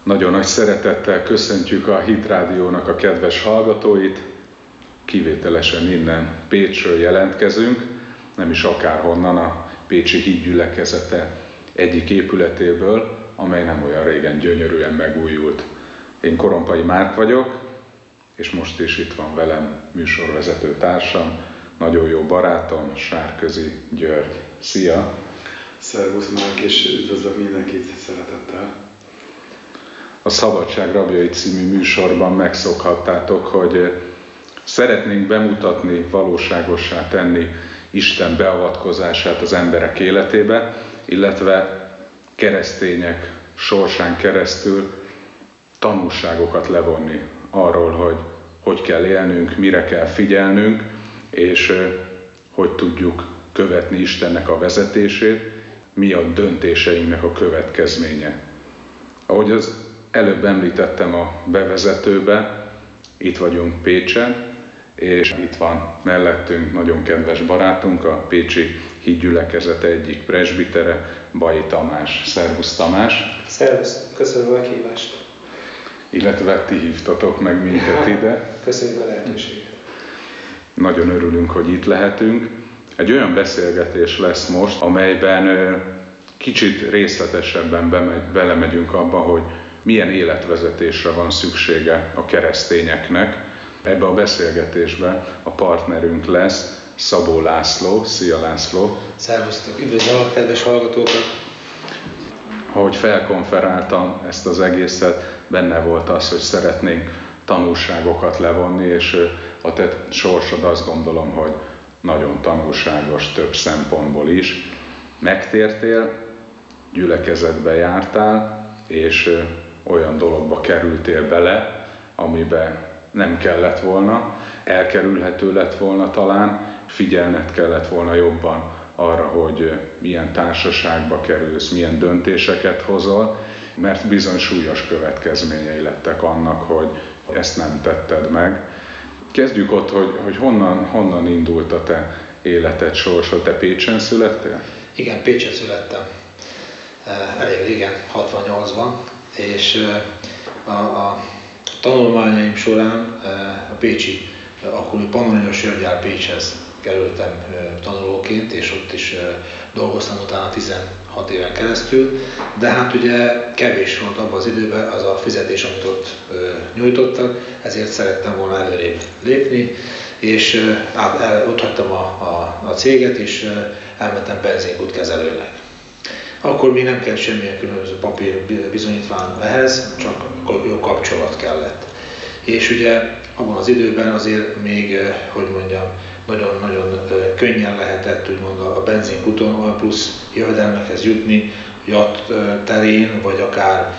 Nagyon nagy szeretettel köszöntjük a Hit Rádiónak a kedves hallgatóit. Kivételesen innen Pécsről jelentkezünk, nem is akárhonnan, a Pécsi Hitgyülekezete egyik épületéből, amely nem olyan régen gyönyörűen megújult. Én Korompai Márk vagyok, és most is itt van velem műsorvezető társam, nagyon jó barátom, Sárközi György. Szia! Szervusz Márk, és üdvözlök mindenkit szeretettel! A Szabadság rabjai című műsorban megszokhattátok, hogy szeretnénk bemutatni, valóságossá tenni Isten beavatkozását az emberek életébe, illetve keresztények sorsán keresztül tanulságokat levonni arról, hogy kell élnünk, mire kell figyelnünk, és hogy tudjuk követni Istennek a vezetését, mi a döntéseinknek a következménye. Ahogy az előbb említettem a bevezetőbe, itt vagyunk Pécsen, és itt van mellettünk nagyon kedves barátunk, a Pécsi Hitgyülekezete egyik presbitere, Bai Tamás. Szervusz Tamás! Szervusz! Köszönöm a meghívást! Illetve ti hívtatok meg minket ide. Köszönjük a lehetőséget! Nagyon örülünk, hogy itt lehetünk. Egy olyan beszélgetés lesz most, amelyben kicsit részletesebben belemegyünk abba, hogy milyen életvezetésre van szüksége a keresztényeknek. Ebbe a beszélgetésbe a partnerünk lesz Szabó László. Szia László! Szervusztok! Üdvözlöm a kedves hallgatókat! Ahogy felkonferáltam ezt az egészet, benne volt az, hogy szeretnénk tanulságokat levonni, és a te sorsod azt gondolom, hogy nagyon tanulságos több szempontból is. Megtértél, gyülekezetbe jártál, és olyan dologba kerültél bele, amiben nem kellett volna, elkerülhető lett volna talán, figyelned kellett volna jobban arra, hogy milyen társaságba kerülsz, milyen döntéseket hozol, mert bizony súlyos következményei lettek annak, hogy ezt nem tetted meg. Kezdjük ott, hogy honnan indult a te életed, sorsod. Te Pécsen születtél? Igen, Pécsen születtem. Elég régen, 68-ban, és a tanulmányaim során a pécsi, akkori Pannonius Sörgyár Pécshez kerültem tanulóként, és ott is dolgoztam utána 16 éven keresztül, de hát ugye kevés volt abban az időben az a fizetés, amit ott nyújtottak, ezért szerettem volna előrébb lépni, és ott hagytam a céget, és elmentem benzinkútkezelőnek. Akkor még nem kellett semmilyen különböző papír bizonyítvány ehhez, csak jó kapcsolat kellett. És ugye abban az időben azért még, hogy mondjam, nagyon-nagyon könnyen lehetett úgymond a benzinkúton olyan plusz jövedelmekhez jutni, yacht terén, vagy akár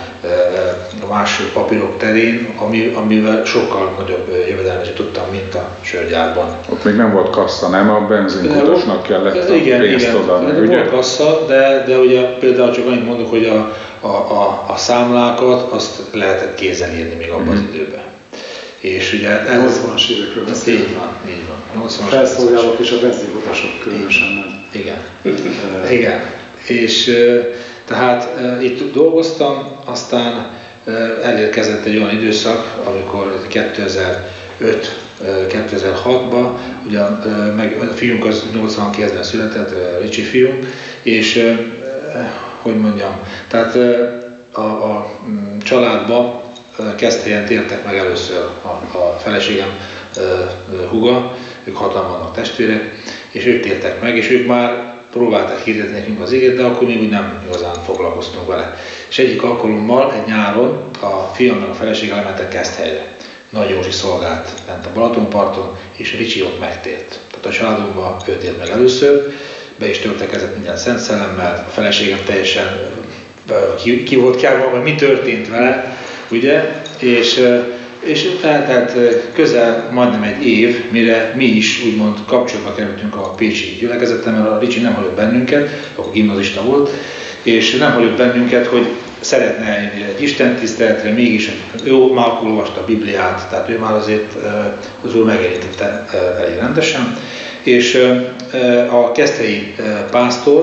más papírok terén, amivel sokkal nagyobb jövedelmet jutottam, mint a sörgyárban. Ott még nem volt kassa, nem? A benzinkutasnak kellett a pénzt odaadni, ugye? Volt kassa, de ugye például csak annyit mondok, hogy a számlákat azt lehetett kézen írni még abban az időben. És ugye 80-as évekről beszélünk. Így van. Felszolgálók és a benzinkutasok különösen nem. Igen. És tehát itt dolgoztam, aztán elérkezett egy olyan időszak, amikor 2005-2006-ban, ugye a fiunk az 89-ben született, Ricsi fiunk, és hogy mondjam, tehát a családba Keszthelyen tértek meg először a feleségem húga, ők hatan vannak testvérek, és ők tértek meg, és ők már próbálták hirdetni nekünk az igét, de akkor még úgy nem igazán foglalkoztunk vele. És egyik alkalommal, egy nyáron a fiamnak a felesége elmentek Keszthelyre. Nagy Józsi szolgált bent a Balatonparton, és Ricsi ott megtért. Tehát a családunkban ő tért meg először, be is töltekezett minden Szent Szellemmel, a feleségem teljesen ki volt kárva, hogy mi történt vele, ugye? És eltelt közel majdnem egy év, mire mi is úgymond kapcsolatba kerültünk a pécsi gyülekezettel, mert a Ricsi nem hagyott bennünket, akkor gimnazista volt, és nem hagyott bennünket, hogy szeretne egy istentiszteletre, mégis ő már akkor olvasta a Bibliát, tehát ő már azért az úr megérintette elég rendesen, és a keszthelyi pásztor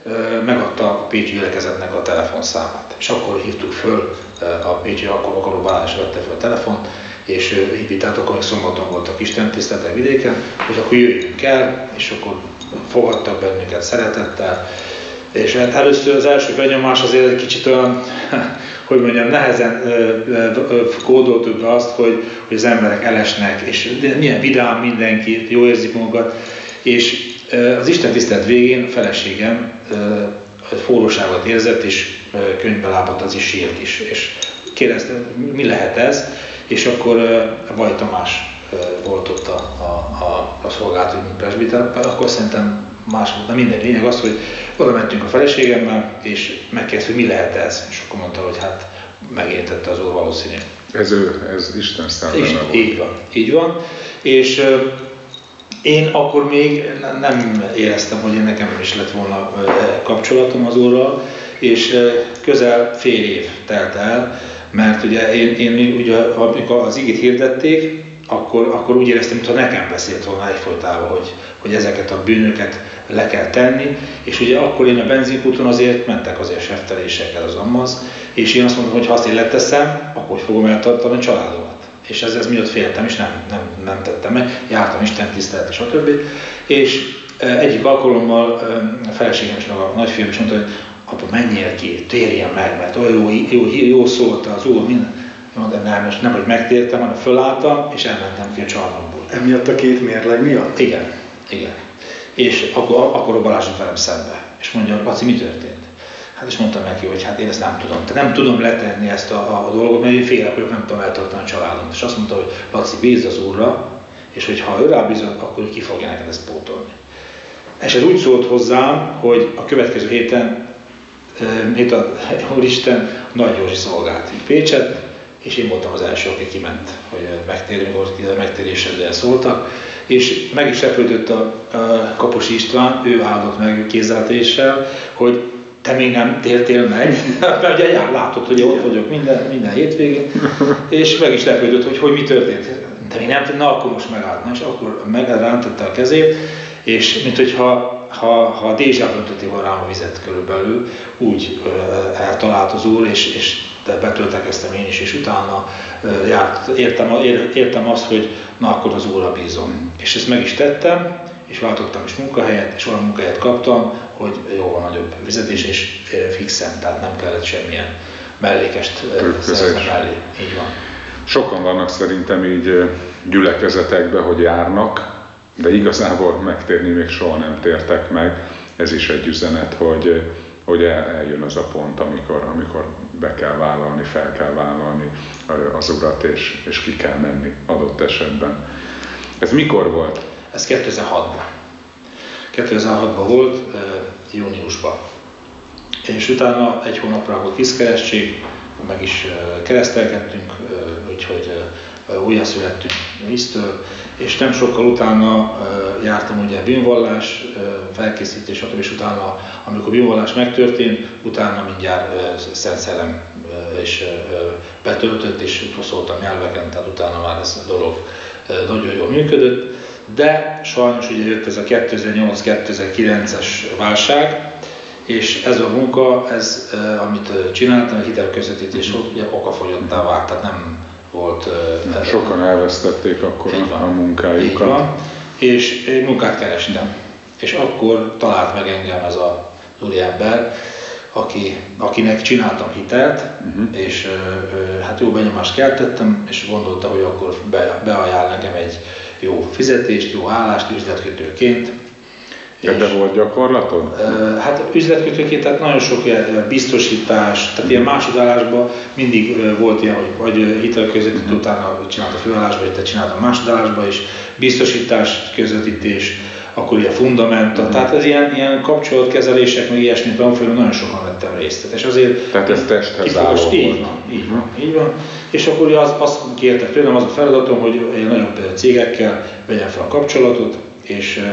megadta a pécsi gyülekezetnek a telefonszámát. És akkor hívtuk föl a pécsi, akkor Balázs vette föl a telefont, és invitáltak, amikor szombaton voltak istentiszteletek vidéken, hogy akkor jöjjünk el, és akkor fogadtak bennünket szeretettel. És hát először az első benyomás azért egy kicsit olyan, hogy mondjam, nehezen kódoltuk be azt, hogy az emberek elesnek, és milyen vidám mindenki, jól érzik magukat. És az istentisztelet végén a feleségem forróságot érzett, és könyvbe lábadt, az is sírt is. És kérdezte, mi lehet ez? És akkor Vaj Tamás volt ott a szolgálat, mint presbiter, akkor szerintem más volt, de minden lényeg az, hogy oda mentünk a feleségemmel, és megkérdeztük, hogy mi lehet ez, és akkor mondta, hogy hát megértette az Úr valószínű. Ez Isten számára volt. Így van. És én akkor még nem éreztem, hogy nekem is lett volna kapcsolatom az Úrral, és közel fél év telt el, mert ugye én ugye, amikor az igét hirdették, akkor úgy éreztem, mintha nekem beszélt volna egyfolytában, hogy ezeket a bűnöket le kell tenni, és ugye akkor én a benzinkúton azért mentek azért seftelésekkel az ammaz, és én azt mondtam, hogy ha azt én leteszem, akkor fogom eltartani a családomat. És ez miatt féltem, és nem tettem meg, jártam istentiszteletre, stb. És egyik alkalommal a feleségem és a nagyfiam is mondta, hogy apa, menjél ki, térjen meg, mert olyan jó szólt az Úr, minden. Mondtam, nem, hogy megtértem, hanem fölálltam, és elmentem ki a csarnokból. Emiatt a két mérleg miatt? Igen. És akkor a Balázs velem szembe. És mondja, Laci, mi történt? Hát és mondtam neki, hogy hát én ezt nem tudom. Nem tudom letenni ezt a dolgot, mert én félek vagyok, nem tudom eltartani a családomat. És azt mondta, hogy Laci, bízd az Úrra, és hogy ha ő rábízott, akkor ki fogja neked ezt pótolni. És ez úgy szólt hozzám, hogy a következő héten itt a Úristen Nagy Józsi szolgált Pécset, és én voltam az első, aki kiment, hogy megtérésre szóltak, és meg is lepődött a Kaposi István, ő áldott meg kézzeltéssel, hogy te még nem tértél meg, mert ugye látod, hogy ott vagyok minden hétvégén, és meg is lepődött, hogy mi történt. De még nem, na akkor most megállt, és akkor megrántotta a kezét, és mint hogyha ha Dézsát öntötték volna rám a vizet körülbelül, úgy eltalált az Úr, és betöltekeztem én is, és utána értem azt, hogy na akkor az Úrra bízom. És ezt meg is tettem, és váltottam is munkahelyet, és olyan munkahelyet kaptam, hogy jóval nagyobb fizetés, és fixen, tehát nem kellett semmilyen mellékest szerezni mellé. Így van. Sokan vannak szerintem így gyülekezetekben, hogy járnak, de igazából megtérni még soha nem tértek meg. Ez is egy üzenet, hogy eljön az a pont, amikor be kell vállalni, fel kell vállalni az Urat, és ki kell menni adott esetben. Ez mikor volt? Ez 2006-ban. 2006-ban volt, júniusban. És utána egy hónapra volt vízkeresztség, meg is keresztelkedtünk, úgyhogy újjászülettünk víztől, és nem sokkal utána jártam ugye bűnvallás, felkészítés, és utána, amikor bűnvallás megtörtént, utána mindjárt Szent Szellem is betöltött, és szóltam nyelveken, tehát utána már ez a dolog nagyon jól működött, de sajnos ugye jött ez a 2008-2009-es válság, és ez a munka, amit csináltam, a hitelközvetítés volt, ugye okafogyottá vált, tehát nem volt... Sokan elvesztették akkor a munkájukat. Így van, és én munkát kerestem. És akkor talált meg engem ez az úriember, akinek csináltam hitelt, és hát jó benyomást keltettem, és gondolta, hogy akkor beajánl nekem egy jó fizetést, jó állást üzletkötőként. De volt gyakorlatod? Hát üzletkötőként, tehát nagyon sok ilyen biztosítás, tehát ilyen másodállásban mindig volt ilyen, hogy vagy hitelközvetítő, utána csinálta főállásban, vagy te csináltam másodállásban is, biztosítás, közvetítés, akkor ilyen fundamenta, tehát ez ilyen kapcsolatkezelések, meg ilyesmi tanfolyamon nagyon sokan vettem részt. És azért tehát ez testhez álló volt. Így van. És akkor azt kértek tőlem, az a feladatom, hogy nagyobb cégekkel vegyem fel a kapcsolatot, és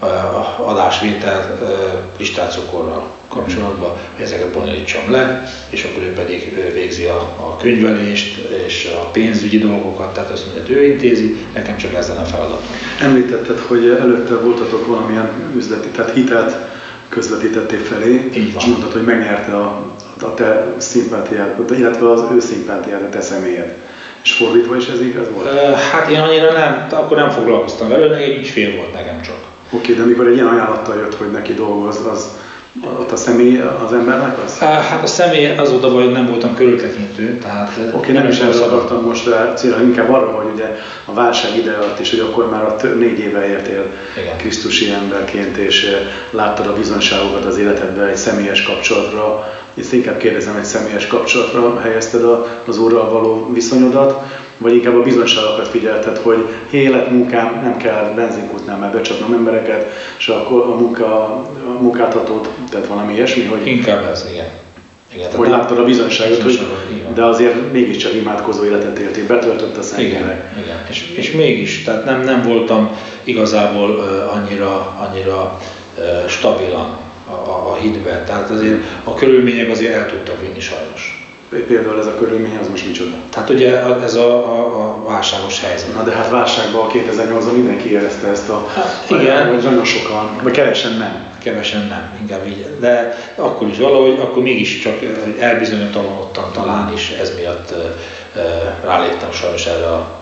adásvétel listácukorral kapcsolatban, hogy ezeket bonyolítsam le, és akkor ő pedig végzi a könyvelést és a pénzügyi dolgokat, tehát azt mondja, ő intézi, nekem csak ezzel a feladatom. Említetted, hogy előtte voltatok valamilyen üzleti, tehát hitelt közvetítettél felé, és mondtad, hogy megnyerte a te szimpátiádat, illetve az ő szimpátiát, a te személyed. És fordítva is ez igaz volt? Hát én annyira nem, akkor nem foglalkoztam vele, egy ügyfél volt nekem csak. Oké, de amikor egy ilyen ajánlattal jött, hogy neki dolgoz, az ott a személy az embernek az? Hát a személy az oda, hogy nem voltam körültekintő, tehát... Oké, nem is erről akartam most rá célra, inkább arra, hogy ugye a válság ide alatt is, hogy akkor már 4 éve értél krisztusi emberként, és láttad a bizonyságokat az életedben egy személyes kapcsolatra. Ezt inkább kérdezem, egy személyes kapcsolatra helyezted az Úrral való viszonyodat, vagy inkább a bizonyságokat figyelted, hogy életmunkám, nem kell benzinkútnál már becsapnom embereket, és akkor a munkáltatót, tehát valami ilyesmi, hogy... Inkább ez, igen. Hogy láttad a bizonyságot, hogy de azért mégiscsak imádkozó életet éltél, betöltött a Szentlélek. Igen. És mégis, tehát nem voltam igazából annyira stabilan a hitben, tehát azért a körülmények azért el tudtak vinni sajnos. Például ez a körülmény, az most micsoda? Tehát ugye ez a válságos helyzet. Na de hát válságban 2008-ban mindenki érezte ezt igen. Vagy nagyon sokan, vagy kevesen nem. Kevesen nem, inkább így. De akkor is valahogy, akkor mégis csak elbizonytalanodtam talán is, ez miatt ráléptem sajnos erre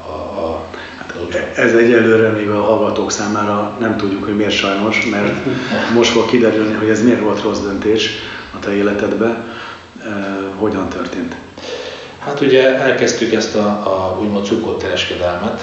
Ez egyelőre még a hallgatók számára nem tudjuk, hogy miért sajnos, mert most fog kiderülni, hogy ez miért volt rossz döntés a te életedben. Hogyan történt? Hát ugye elkezdtük ezt a úgymond cukorkereskedelmet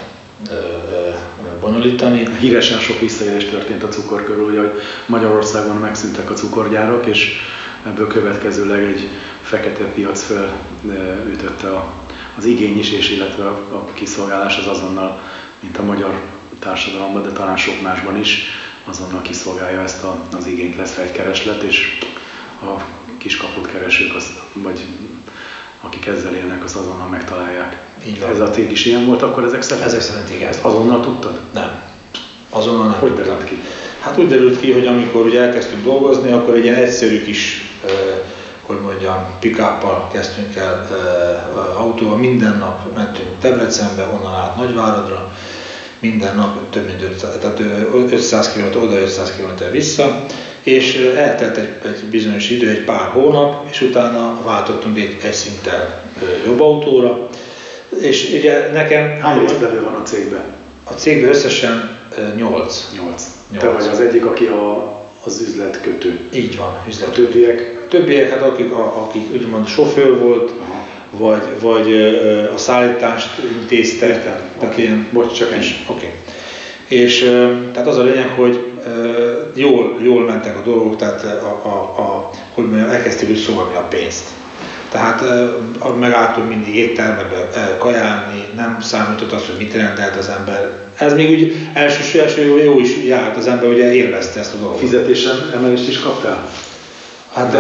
bonyolítani. Híresen sok visszaélés történt a cukor körül, ugye, hogy Magyarországon megszűntek a cukorgyárak, és ebből következőleg egy fekete piac felütötte az igény is, és illetve a kiszolgálás az azonnal, mint a magyar társadalomban, de talán sok másban is, azonnal kiszolgálja ezt az igényt, lesz rá egy kereslet, és a kiskaput keresők, vagy akik ezzel élnek, az azonnal megtalálják. Ez a cég is ilyen volt akkor ezek szerint? Ezek szerint igen. Ezt azonnal tudtad? Nem. Azonnal nem. Hogy derült ki? Hát úgy derült ki, hogy amikor ugye elkezdtünk dolgozni, akkor egy ilyen egyszerű kis, hogy mondjam, pick-uppal kezdtünk el autóval. Minden nap mentünk Debrecenbe, onnan át Nagyváradra. Minden nap több mint 500 km oda, 500 km vissza. És eltelt egy bizonyos idő, egy pár hónap, és utána váltottunk egy szinttel jobb autóra. És ugye nekem... Hány résztvevő van a cégben? A cégben összesen 8. 8. Te vagy az egyik, aki az üzletkötő. Így van, üzletkötő. A többiek? Többiek, hát akik úgymond sofőr volt, vagy a szállítást intézte. Értem. Okay. Bocs, csak ennyi. Oké. És tehát az a lényeg, hogy jól mentek a dolgok, tehát hogy mondjam, elkezdtük úgy szólni a pénzt. Tehát megálltunk mindig éttermekbe kajálni, nem számított az, hogy mit rendelt az ember. Ez még úgy első jó is járt az ember, ugye élvezte ezt a dolgot. Fizetésen emelést is kaptál? Hát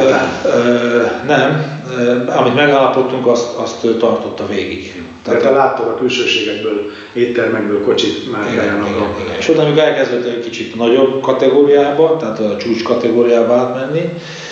nem, amit megállapodtunk, azt tartotta végig. Tehát te láttad a külsőségekből, éttermekből, kocsit már igen. És oda, amikor elkezdett egy kicsit nagyobb kategóriába, tehát a csúcs kategóriába átmenni,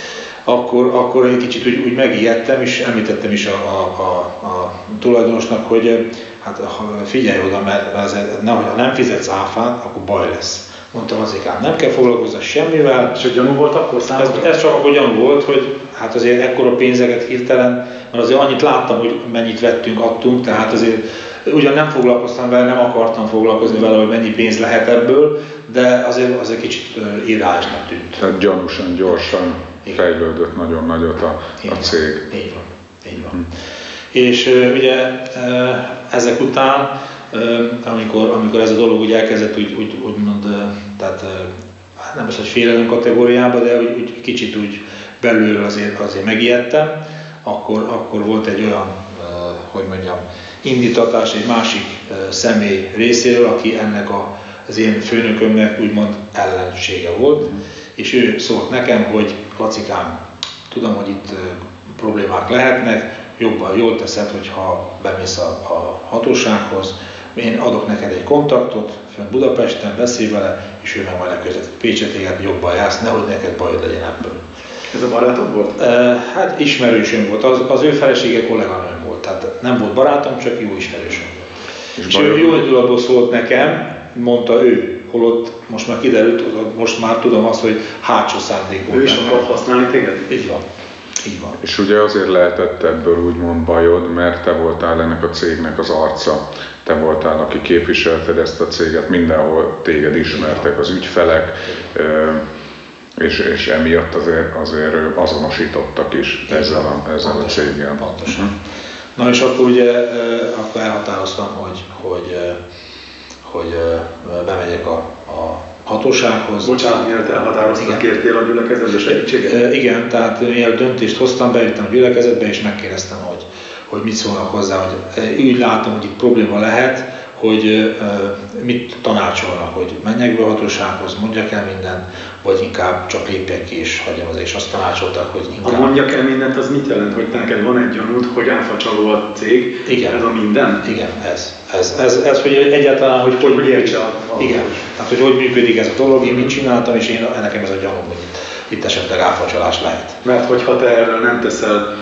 akkor egy kicsit úgy megijedtem, és említettem is a tulajdonosnak, hogy hát figyelj oda, mert ha nem fizetsz áfát, akkor baj lesz. Mondtam azikám, nem kell foglalkozni semmivel. És hogy gyanú volt akkor számomra? Ez csak akkor gyanú volt, hogy hát azért ekkora pénzeket hirtelen, mert azért annyit láttam, hogy mennyit vettünk, adtunk, tehát azért ugyan nem foglalkoztam vele, nem akartam foglalkozni vele, hogy mennyi pénz lehet ebből, de azért kicsit irányosnak tűnt. Tehát gyanúsan, gyorsan fejlődött nagyon nagyot a cég. Így van. És ugye ezek után, amikor ez a dolog úgy elkezdett úgymond, tehát nem az, hogy félelem kategóriába, de úgy kicsit úgy belül azért megijedtem, akkor volt egy olyan, hogy mondjam, indítatás egy másik személy részéről, aki ennek az én főnökömnek úgymond ellensége volt, és ő szólt nekem, hogy Lacikám, tudom, hogy itt problémák lehetnek, jól teszed, hogyha bemész a hatósághoz, én adok neked egy kontaktot, fönn Budapesten, beszélj vele, és ő meg majd legközelebb Pécsetéget jobban jársz, nehogy neked bajod legyen ebből. Ez a barátom volt? Hát ismerősöm volt, az ő felesége kolléganőm volt, tehát nem volt barátom, csak jó ismerősöm volt. És ő jó indulatból szólt nekem, mondta ő, holott most már kiderült, most már tudom azt, hogy hátsó szándék volt. Ő is akar használni téged? Így van. Így van. És ugye azért lehetett ebből úgymond bajod, mert te voltál ennek a cégnek az arca. Te voltál, aki képviselted ezt a céget, mindenhol téged ismertek az ügyfelek, és emiatt azért azonosítottak is ezzel a céggel. Pontosan. Na és akkor ugye akkor elhatároztam, hogy bemegyek a hatósághoz. Bocsánat, mielőtt elhatároztad, kértél a gyülekezetbe segítséget? Igen, tehát mielőtt döntést hoztam, bejöttem a gyülekezetbe és megkérdeztem, hogy mit szólnak hozzá, hogy úgy látom, hogy itt probléma lehet, hogy mit tanácsolnak, hogy menjek be a hatósághoz, mondjak el mindent, vagy inkább csak lépjek ki és hagyjam az, és azt tanácsolták, hogy inkább... Ha mondjak el mindent, az mit jelent, hogy neked van egy gyanúd, hogy áfacsaló a cég? Igen. Ez a minden? Igen, ez hogy egyáltalán, hogy értse igen, tehát hogy működik ez a dolog, én mit csináltam, és nekem ez a gyanúm, hogy itt esetleg áfacsalás lehet. Mert hogyha te erről nem teszel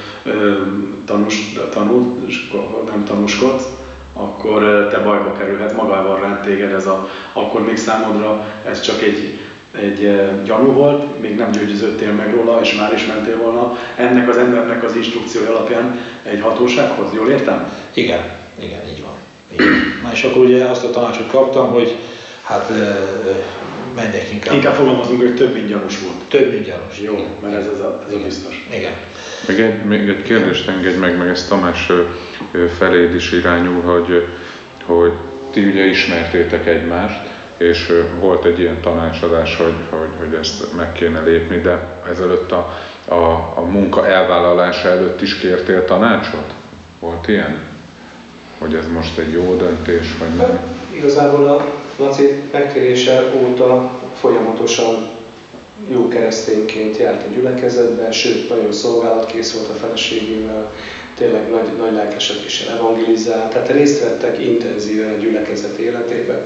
nem tanúskodsz, akkor te bajba kerülhet, magával ránt téged akkor még számodra ez csak egy gyanú volt, még nem győződtél meg róla, és már is mentél volna ennek az embernek az instrukciója alapján egy hatósághoz, jól értem? Igen, így van. Na és akkor ugye azt a tanácsot kaptam, hogy hát menjek inkább. Inkább fogalmazunk, hogy több mint gyanús volt. Több mint gyanús. Jó, mert ez a biztos. Igen. Még egy kérdést engedj meg ez Tamás feléd is irányul, hogy ti ugye ismertétek egymást, és volt egy ilyen tanácsadás, hogy ezt meg kéne lépni, de ezelőtt a munka elvállalása előtt is kértél tanácsot? Volt ilyen? Hogy ez most egy jó döntés, vagy nem? Igazából a Laci megtérése óta folyamatosan jó keresztényként járt a gyülekezetben, sőt, nagyon szolgálatkész volt a feleségével, tényleg nagy lelkesedéssel evangelizált, tehát részt vettek intenzíven a gyülekezet életében,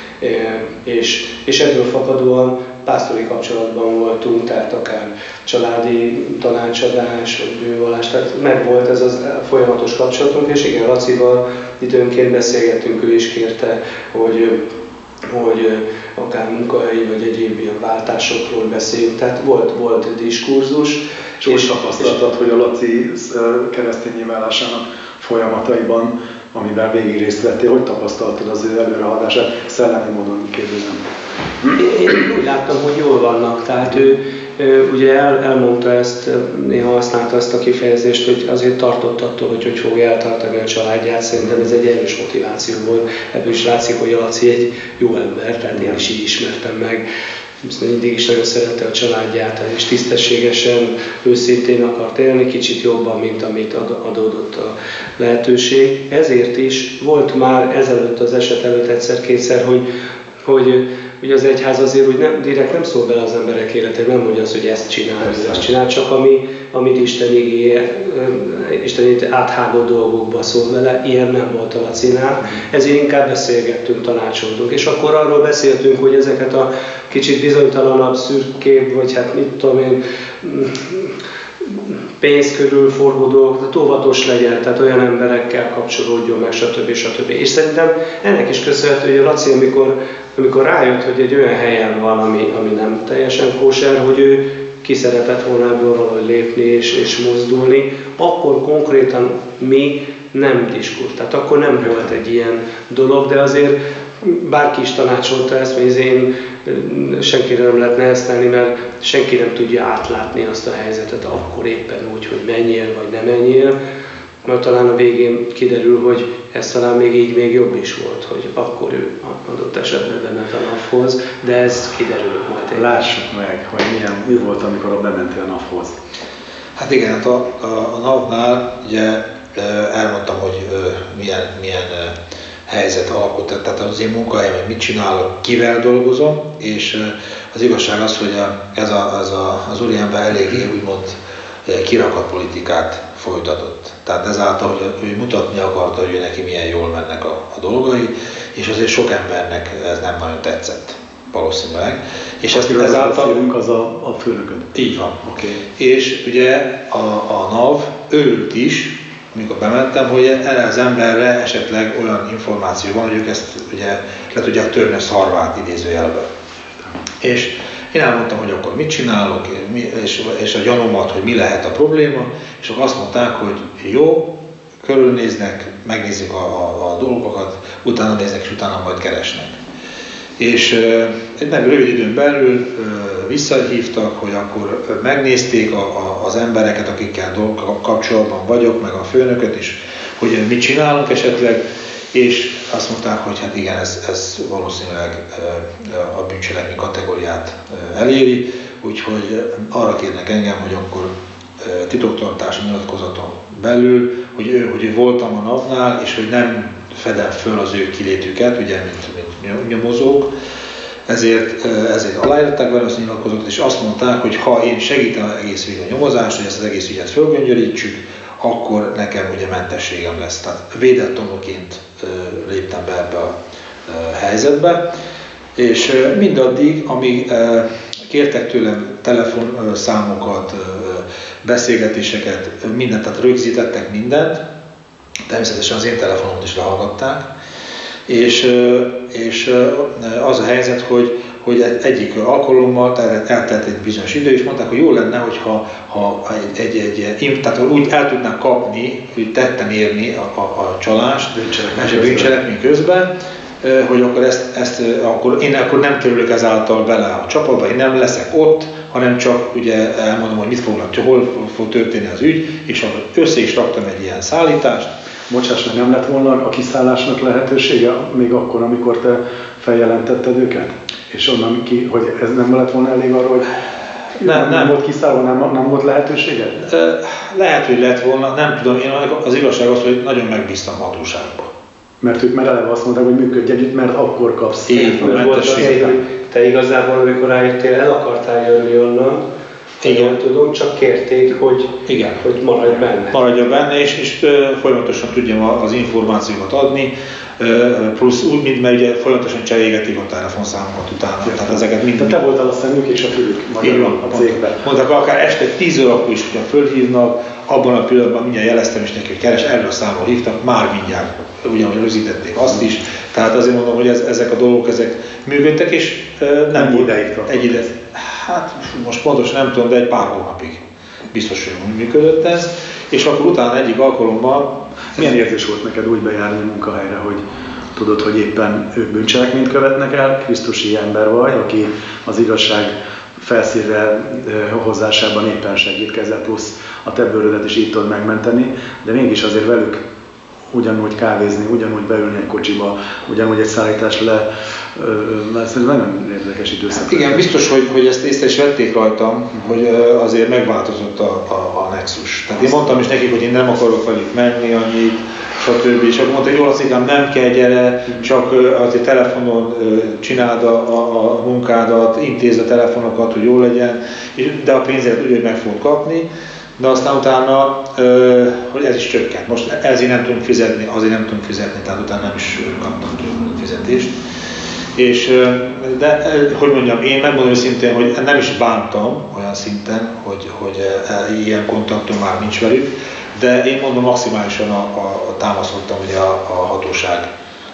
és ebből fakadóan pásztori kapcsolatban voltunk, tehát akár családi tanácsadás, vagy bűnvallás, tehát megvolt ez a folyamatos kapcsolatunk, és igen, Lacival időnként beszélgettünk, ő is kérte, hogy akár munkahelyi vagy egyéb ilyen váltásokról beszéljünk, tehát volt diskurzus. És most tapasztaltad, hogy a Laci keresztényé válásának folyamataiban, amivel végig részt vettél, hogy tapasztaltad az ő előrehaladását? Szellemi módon kérdezem. Én úgy láttam, hogy jól vannak, tehát ő ugye elmondta ezt, néha használta ezt a kifejezést, hogy azért tartott attól, hogy fogja eltartani a családját. Szerintem ez egy erős motiváció volt. Ebből is látszik, hogy a Laci egy jó ember, tehát én is így ismertem meg. Mindig is nagyon szerette a családját, és tisztességesen, őszintén akart élni, kicsit jobban, mint amit adódott a lehetőség. Ezért is volt már ezelőtt az eset előtt egyszer-kétszer, hogy ugye az egyház azért úgy direkt nem szól bele az emberek életébe, nem mondja azt, hogy ezt csinál, csak amit Isten áthágó dolgokba szól vele, ilyen nem volt a Lacinál, ezért inkább beszélgettünk, tanácsoltunk, és akkor arról beszéltünk, hogy ezeket a kicsit bizonytalanabb, szürkébb, vagy hát mit tudom én, pénz körül forgó dolgok, óvatos legyen, tehát olyan emberekkel kapcsolódjon meg, stb. És szerintem ennek is köszönhető, hogy a Laci, amikor rájött, hogy egy olyan helyen van, ami nem teljesen kóser, hogy ő ki szeretett volna ebből valahogy lépni és mozdulni, akkor konkrétan mi nem diskurt. Tehát akkor nem volt egy ilyen dolog, de azért bárki is tanácsolta ezt, mert én senkire nem lehet neheztelni, mert senki nem tudja átlátni azt a helyzetet akkor éppen úgy, hogy menjél vagy nem menjél, mert talán a végén kiderül, hogy ez talán még így még jobb is volt, hogy akkor ő adott esetben bement a NAV-hoz, de ez kiderül majd. Lássuk meg, hogy mi volt, amikor bementél a NAV-hoz. Hát igen, hát a NAV-nál ugye elmondtam, hogy milyen helyzet alakult, tehát az én munkahelyemen mit csinálok, kivel dolgozom, és az igazság az, hogy az úriember eléggé úgymond kirakat politikát folytatott. Tehát ezáltal, hogy ő mutatni akarta, hogy neki milyen jól mennek a dolgai, és azért sok embernek ez nem nagyon tetszett, valószínűleg. És ezt ezáltal az a főnököd. Így van. Okay. És ugye a NAV örült is amikor bementem, hogy erre az emberre esetleg olyan információ van, hogy ők ezt ugye le tudják törni a szarvát idézőjelben. És én elmondtam, hogy akkor mit csinálok, és a gyanúmat, hogy mi lehet a probléma, és akkor azt mondták, hogy jó, körülnéznek, megnézik a dolgokat, utána néznek, és utána majd keresnek. És egy nagyon rövid időn belül visszahívtak, hogy akkor megnézték az embereket, akikkel kapcsolatban vagyok, meg a főnököt is, hogy mit csinálunk esetleg, és azt mondták, hogy hát igen, ez valószínűleg a bűncselekmény kategóriát eléri, úgyhogy arra kérnek engem, hogy akkor titoktartási nyilatkozaton belül, hogy ő voltam a NAV-nál, és hogy nem fedem föl az ő kilétüket, ugye, mint nyomozók, ezért aláírták vele azt a nyilatkozatot, és azt mondták, hogy ha én segítem egész végig a nyomozást, hogy ezt az egész ügyet fölgöngyölítsük, akkor nekem ugye mentességem lesz. Tehát védett tanúként léptem be ebbe a helyzetbe, és mindaddig, amíg kértek tőlem telefonszámokat, beszélgetéseket, mindent, tehát rögzítettek mindent, természetesen az én telefonomat is lehallgatták, és az a helyzet, hogy egyik alkalommal eltelt egy bizonyos idő, és mondták, hogy jó lenne, hogyha tehát úgy el tudnák kapni, hogy tetten érni a csalást, a bűncselekmény közben, hogy akkor én nem kerülök ezáltal bele a csapatba, én nem leszek ott, hanem csak ugye elmondom, hogy mit fognak, hol fog történni az ügy, és akkor össze is raktam egy ilyen szállítást. Bocsáss, nem lett volna a kiszállásnak lehetősége még akkor, amikor te feljelentetted őket? És onnan ki, hogy ez nem lett volna elég arra, hogy nem volt kiszállva, nem volt lehetősége? Lehet, hogy lett volna, nem tudom, én az igazság az, hogy nagyon megbíztam hatóságba. Mert ők már eleve azt mondták, hogy működj együtt, mert akkor kapsz. Te igazából, amikor rájöttél, el akartál jönni onnan, igen, tudom, csak kérték, hogy maradj benne. Maradjon benne, és folyamatosan tudjam az információkat adni, plusz úgy, mert ugye folyamatosan cserélgetik a telefonszámokat utána. Tehát ezeket mind. Te voltál a szemük és a fülük magyarul a cégben. Mondták, akár este 10 órakor is, hogyha fölhívnak, abban a pillanatban mindjárt jeleztem is neki, hogy keres, erre a számról hívtak, már mindjárt ugyanúgy rögzítették azt is. Tehát azért mondom, hogy ezek a dolgok működtek, és nem ideig tartott. Hát most pontosan nem tudom, de egy pár hónapig biztos, hogy működött ez. És akkor utána egyik alkalommal... Milyen érzés volt neked úgy bejárni a munkahelyre, hogy tudod, hogy éppen ők bűncselekményt követnek el, krisztusi ember vagy, aki az igazság felszínre hozásában éppen segítkezel, plusz a te bőrödet is így tudod megmenteni, de mégis azért velük ugyanúgy kávézni, ugyanúgy beülni egy kocsiba, ugyanúgy egy szállítás ez nagyon érdekes időszak. Igen, biztos, hogy ezt észre is vették rajtam, hogy azért megváltozott a nexus. Tehát én mondtam is nekik, hogy én nem akarok velük menni annyit, stb. És akkor mondta, hogy jól, azt nem kell, gyere, csak azért telefonon csináld a munkádat, intézd a telefonokat, hogy jó legyen, de a pénzért úgy, hogy meg fogod kapni. De aztán utána, hogy ez is csökkent. Most ezért nem tudunk fizetni, azért nem tudunk fizetni, tehát utána nem is kaptam fizetést. És, de, hogy mondjam, én megmondom őszintén, hogy nem is bántam olyan szinten, hogy ilyen kontaktom már nincs velük, de én mondom, maximálisan támaszkodtam ugye a hatóság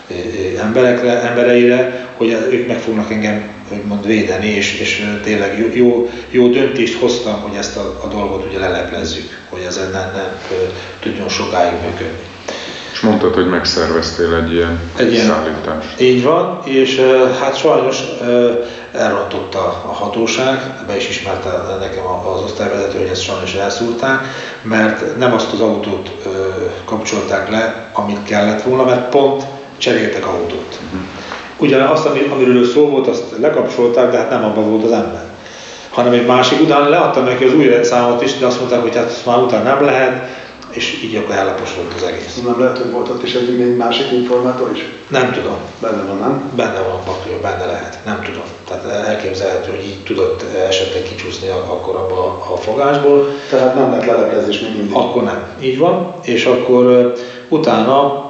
embereire, hogy ők meg fognak engem védeni, és tényleg jó döntést hoztam, hogy ezt a dolgot ugye leleplezzük, hogy ez nem tudjon sokáig működni. És mondtad, hogy megszerveztél egy ilyen szállítást. Így van, és hát sajnos elrontotta a hatóság, be is ismerte nekem az osztályvezető, hogy ezt sajnos elszúrták, mert nem azt az autót kapcsolták le, amit kellett volna, mert pont cseréltek autót. Ugyan azt, amiről szó volt, azt lekapcsolták, de hát nem abban volt az ember. Hanem egy másik, utána leadtam neki az új számot is, de azt mondták, hogy hát már utána nem lehet, és így akkor ellaposodott az egész. Nem lehet, hogy volt ott is egy másik informátor is? Nem tudom. Benne van, nem? Benne van a paklió, benne lehet. Nem tudom. Tehát elképzelhető, hogy így tudott esetleg kicsúszni akkor abba a fogásból. Tehát nem lett leleplezés még mindig? Akkor nem. Így van. És akkor utána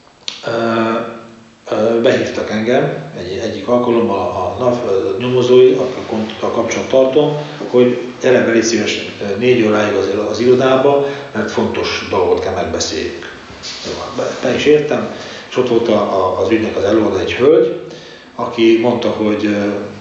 behívtak engem egyik alkalommal a NAV nyomozói, a kapcsolattartom, hogy gyere be, légy szíves 4 óráig az irodába, mert fontos dolgot kell megbeszéljük. Be is értem, és ott volt az ügynek az előadó egy hölgy, aki mondta, hogy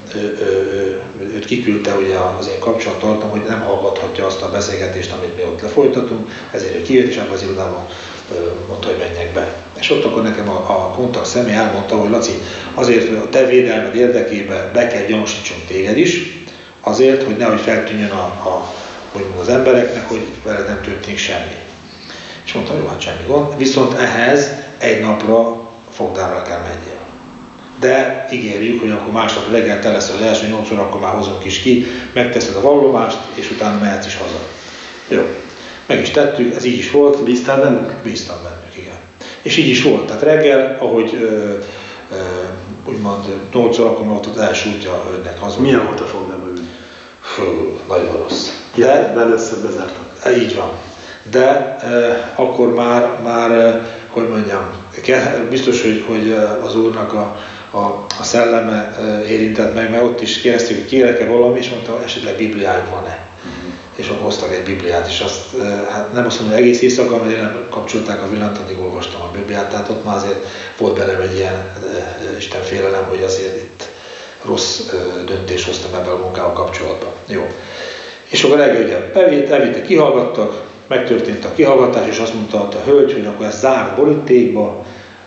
őt kiküldte ugye az én kapcsolattartom, hogy nem hallgathatja azt a beszélgetést, amit mi ott lefolytatunk, ezért ő kijött, és ebben az irodában mondta, hogy menjek be. És ott akkor nekem a kontakt személy elmondta, hogy Laci, azért, hogy a te védelmed érdekében be kell gyanúsítsunk téged is, azért, hogy nehogy feltűnjön az embereknek, hogy veled nem történik semmi. És mondtam, jó, hát semmi gond, viszont ehhez egy napra fogdára kell menjél. De ígérjük, hogy akkor másnap reggel te leszel az első 8 óra, akkor már hozunk is ki, megteszed a vallomást, és utána mehetsz is haza. Jó, meg is tettük, ez így is volt. Bíztál bennük? Bíztam bennük, igen. És így is volt. Tehát reggel, ahogy úgymond 8 órakor volt az első útja önnek haza. Milyen volt a fogdába ülni? Nagyon rossz. De először bezártak. Így van. De akkor már hogy mondjam, biztos, hogy az Úrnak a szelleme érintett meg, mert ott is kérdeztük, hogy kérek-e valami, és mondta, esetleg Bibliájuk van-e. És akkor hoztak egy Bibliát, és azt, hát nem azt mondom, hogy egész éjszaka, mert én nem kapcsolták a villanyt, addig olvastam a Bibliát, tehát ott már azért volt bennem egy ilyen Isten félelem, hogy azért itt rossz döntést hoztam ebben a munkával kapcsolatban. Jó. És akkor reggel ugye elvitte, kihallgattak, megtörtént a kihallgatás, és azt mondta a hölgy, hogy akkor ezt zárt borítékba,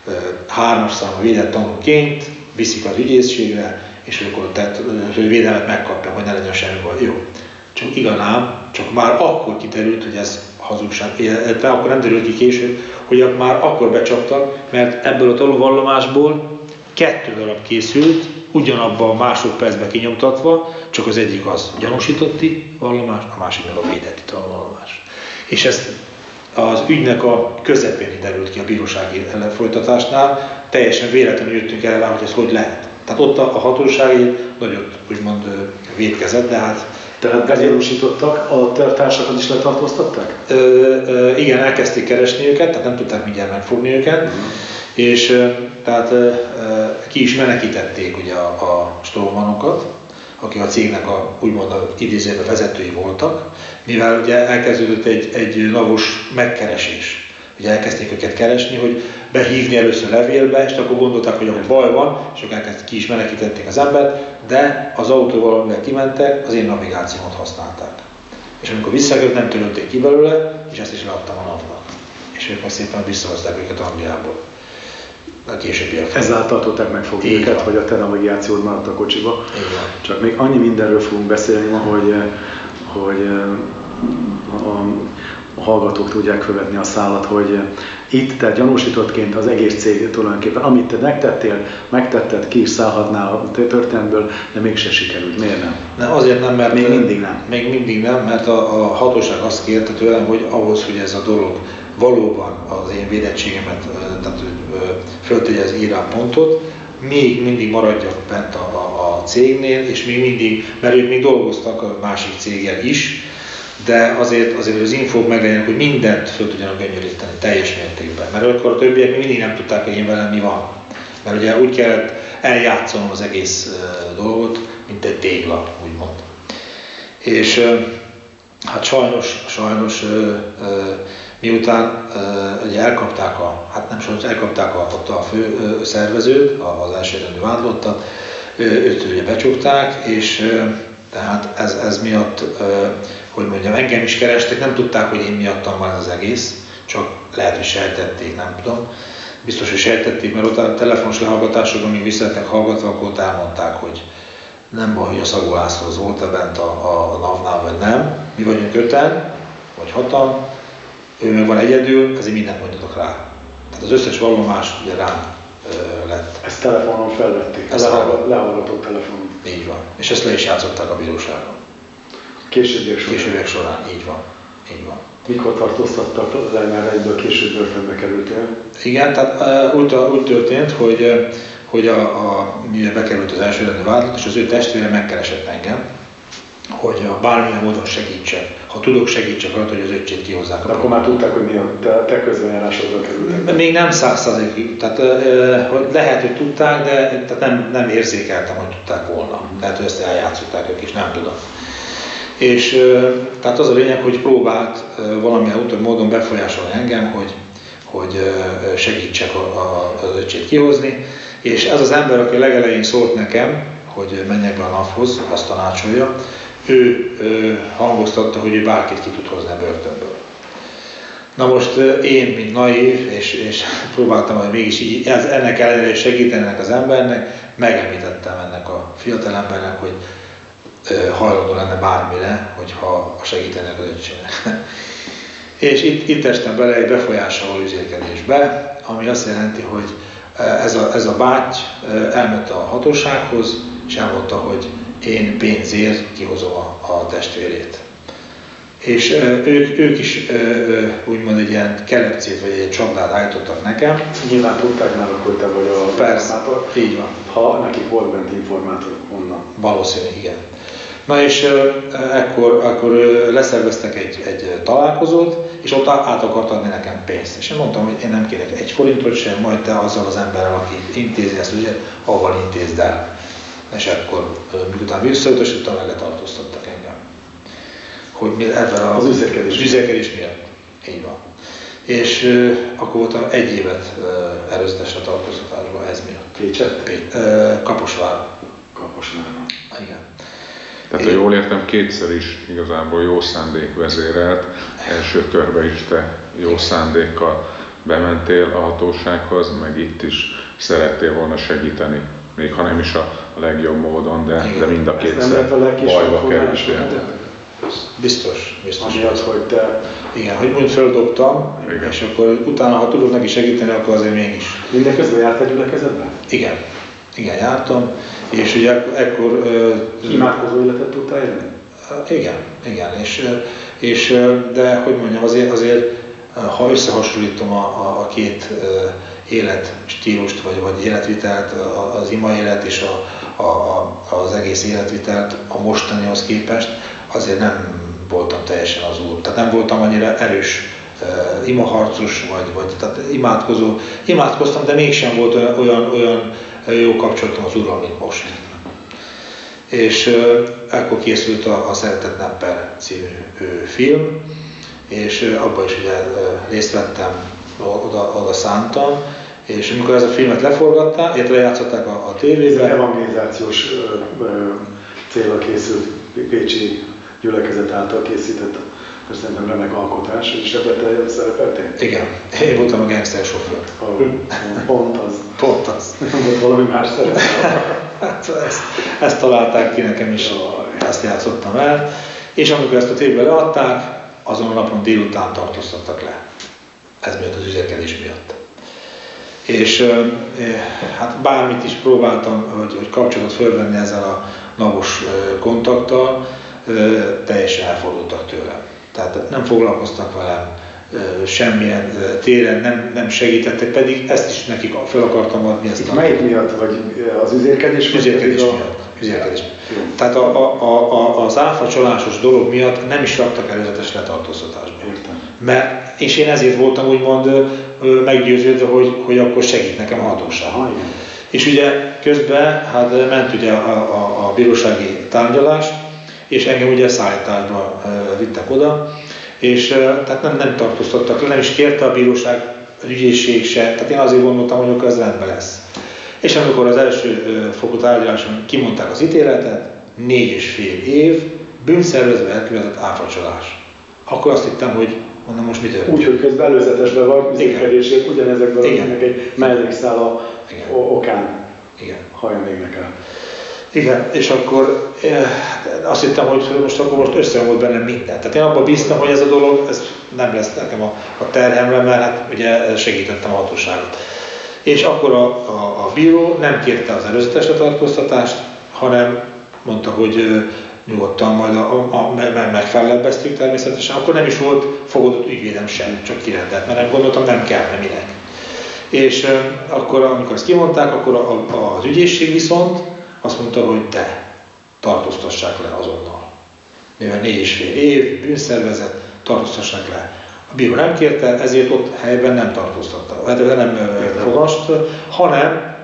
3 számú védett tanúként viszik az ügyészségre, és akkor hogy védelmet megkapja, hogy ne legyen semmi baj. Jó. Csak igazán, csak már akkor kiterült, hogy ez hazugság, illetve akkor nem derült ki később, hogy már akkor becsaptak, mert ebből a tanúvallomásból 2 darab készült, ugyanabban a másodpercben kinyomtatva, csak az egyik az gyanúsítotti vallomás, a másik meg a védetti tanúvallomás. És ezt az ügynek a közepén derült ki a bírósági folytatásnál, teljesen véletlenül jöttünk el rá, hogy ez hogy lehet. Tehát ott a hatóság nagyot úgymond vétkezett, de hát... Tehát begyanúsítottak, a társakat is letartóztatták? Igen, elkezdték keresni őket, tehát nem tudták mindjárt megfogni őket, és tehát ki is menekítették ugye a Stolmanokat, akik a cégnek úgymond idézőben vezetői voltak, mivel ugye elkezdődött egy navos megkeresés. Ugye elkezdték őket keresni, hogy behívni először levélbe, és akkor gondolták, hogy akkor baj van, és akkor ki is menekítették az embert, de az autóval, amivel kimentek, az én navigációmat használták. És amikor visszajött, nem törölték ki belőle, és ezt is leadtam a NAV-nak. És ők most szépen visszahozták őket Angliából. A későbbiek. Ezáltal tudták megfogni őket, hogy a te navigációd maradt a kocsiba. Igen. Csak még annyi mindenről fogunk beszélni ma, hogy a hallgatók tudják követni a szálat, hogy itt te gyanúsítottként az egész cég tulajdonképpen, amit te megtetted, ki is szállhatnál a történetből, de mégse sikerült. Miért nem? Nem, azért nem, mert... Még mindig nem. Még mindig nem, mert a hatóság azt kérte tőlem, hogy ahhoz, hogy ez a dolog valóban az én védettségemet, tehát föltegye az íráspontot, még mindig maradjak bent a cégnél, és még mindig, mert ők még dolgoztak a másik céggel is, de azért az infók meglegyenek, hogy mindent föl tudjanak gönyöríteni teljes mértékben. Mert akkor a többiek még mindig nem tudták, hogy én velem mi van. Mert ugye úgy kellett eljátszanom az egész dolgot, mint egy tégla, úgymond. És hát sajnos miután ugye elkapták elkapták ott a fő szervezőt, az elsőrendű vádlottat, őt ugye becsukták, és tehát ez miatt, hogy mondjam, engem is kerestek, nem tudták, hogy én miattam van ez az egész, csak lehet, hogy sejtették, nem tudom. Biztos, hogy sejtették, mert ott a telefonos lehallgatásokon, amíg visszalettek hallgatva, akkor ott elmondták, hogy nem baj, hogy a Szagó László az volt bent a NAV-nál, vagy nem. Mi vagyunk 5-en, vagy 6-an, ő meg van egyedül, ezért mindent mondjatok rá. Tehát az összes vallomás ugye rám lett. Ezt telefonon felvették, lehallgatott telefonon. Így van. És ezt le is játszották a bíróságon. Későbbiek során, így van. Így van. Mikor tartóztattak le, mert egyből később börtönbe kerültél? Igen, tehát úgy történt, hogy mivel bekerült az elsőrendű vádlott, és az ő testvére megkeresett engem, hogy bármilyen módon segítsek. Ha tudok, segítsek rajta, hogy az öccsét kihozzák. De akkor már tudták, hogy mi a te közbenjárásodra kerültek? Még nem 100%-ig. Tehát lehet, hogy tudták, de tehát nem érzékeltem, hogy tudták volna. Lehet, hogy ezt eljátszották ők is, nem tudom. És tehát az a lényeg, hogy próbált valamilyen úton, módon befolyásolni engem, hogy segítsek az öccsét kihozni. És ez az ember, aki legelején szólt nekem, hogy menjek be a NAV-hoz, azt tanácsolja, ő hangoztatta, hogy ő bárkit ki tud hozni a börtönből. Na most én, mint naív, és próbáltam, hogy mégis így, ennek ellenére segíteni ennek az embernek, megemlítettem ennek a fiatalembernek, hogy hajlandó lenne bármire, hogyha segítenek az öccsének. És itt estem bele egy befolyásoló üzélkedésbe, ami azt jelenti, hogy ez a báty elment a hatósághoz, és elmondta, hogy én pénzért kihozom a testvérét. És ők is úgymond egy ilyen kelepcét vagy egy csapdát állítottak nekem. Nyilván tudták már, hogy te vagy a informátor. Így van. Ha nekik volt bent informátor, onnan. Valószínű, igen. Na és akkor leszerveztek egy találkozót, és ott át akart adni nekem pénzt. És én mondtam, hogy én nem kérek egy forintot sem, majd te azzal az emberrel, aki intézi ezt, ugye, ahol intézd el. És akkor, miután visszautasítottam, letartóztattak engem. Hogy ebben az üzélkedés miatt. Így van. És akkor voltam 1 évet előzetesre tartóztatásban ez miatt. Pécset? Kaposvár. Kaposvár. Igen. Tehát, ha jól értem, kétszer is igazából jó szándék vezérelt. Első körben is te jó szándékkal bementél a hatósághoz, meg itt is szerettél volna segíteni. Még ha nem is a legjobb módon, de mind a kétszer bajba kerültél. Biztos. Amiatt, hogy te... Igen, hogy úgy földobtam, igen. És akkor utána, ha tudok neki segíteni, akkor azért mégis. Mindeközben jártál gyülekezetben? Igen, jártam. És ugye ekkor... Imádkozó életet tudtál élni? Igen. De hogy mondjam, azért ha összehasonlítom a két életstílust, vagy életvitelt, az ima élet és az egész életvitelt a mostanihoz képest, azért nem voltam teljesen az Úr. Tehát nem voltam annyira erős imaharcos, vagy tehát imádkozó. Imádkoztam, de mégsem volt olyan jó kapcsolatom az Úrral, mint most. És ekkor készült a Szeretett Neppel című film, és abban is ugye részt vettem, oda szántam, és amikor ez a filmet leforgatták, illetve lejátszották a tévében. Ez evangelizációs célra készült pécsi gyülekezet által készített, szerintem remek alkotás, és ebben te szerepeltél? Igen, én voltam a gangster sofőr. Pont az. Nem volt valami más szerep? Hát ezt találták ki nekem is, ezt játszottam el. És amikor ezt a tévbe leadták, azon a napon délután tartóztattak le. Ez miatt, az üzélkedés miatt. És hát bármit is próbáltam, hogy kapcsolatot fölvenni ezzel a NAV-os kontakttal, teljesen elfordultak tőlem. Tehát nem foglalkoztak velem, semmilyen téren nem segítettek, pedig ezt is nekik fel akartam adni. Itt melyik miatt? Vagy az üzélkedés? Üzélkedés miatt. Tehát az áfacsalásos dolog miatt nem is raktak előzetes letartóztatásba. Mert, és én ezért voltam úgymond meggyőződve, hogy akkor segít nekem a hatóság. És ugye közben hát ment ugye a bírósági tárgyalás, és engem ugye szállításba vittek oda, és tehát nem tartóztattak, nem is kérte a bíróság, az ügyészség se, tehát én azért gondoltam, hogy akkor ez rendben lesz. És amikor az első fokú tárgyaláson kimondták az ítéletet, 4,5 év bűnszervezve elkövetett áfacsalás. Akkor azt hittem, hogy mondom, most mi történik? Úgy, hogy közben előzetesben vagy, üzélkedését ugyanezekben akinek egy mellékszála okán hajlanéknek el. Igen, és akkor azt hittem, hogy most összeomlott bennem minden. Tehát én abban bíztam, hogy ez a dolog, ez nem lesz nekem a terhemre, mert hát ugye segítettem a hatóságot. És akkor a bíró nem kérte az előzetes letartóztatást, hanem mondta, hogy nyugodtan majd megfellebbeztük természetesen. Akkor nem is volt fogadott ügyvédem sem, csak kirendelt, mert nem gondoltam, nem kell, nem minek. És akkor, amikor ezt kimondták, akkor az ügyészség viszont azt mondta, hogy de, tartóztassák le azonnal. Mivel 4,5 év, bűnszervezet, tartóztassák le. A bíró nem kérte, ezért ott helyben nem tartóztatta, nem fogasztott, hanem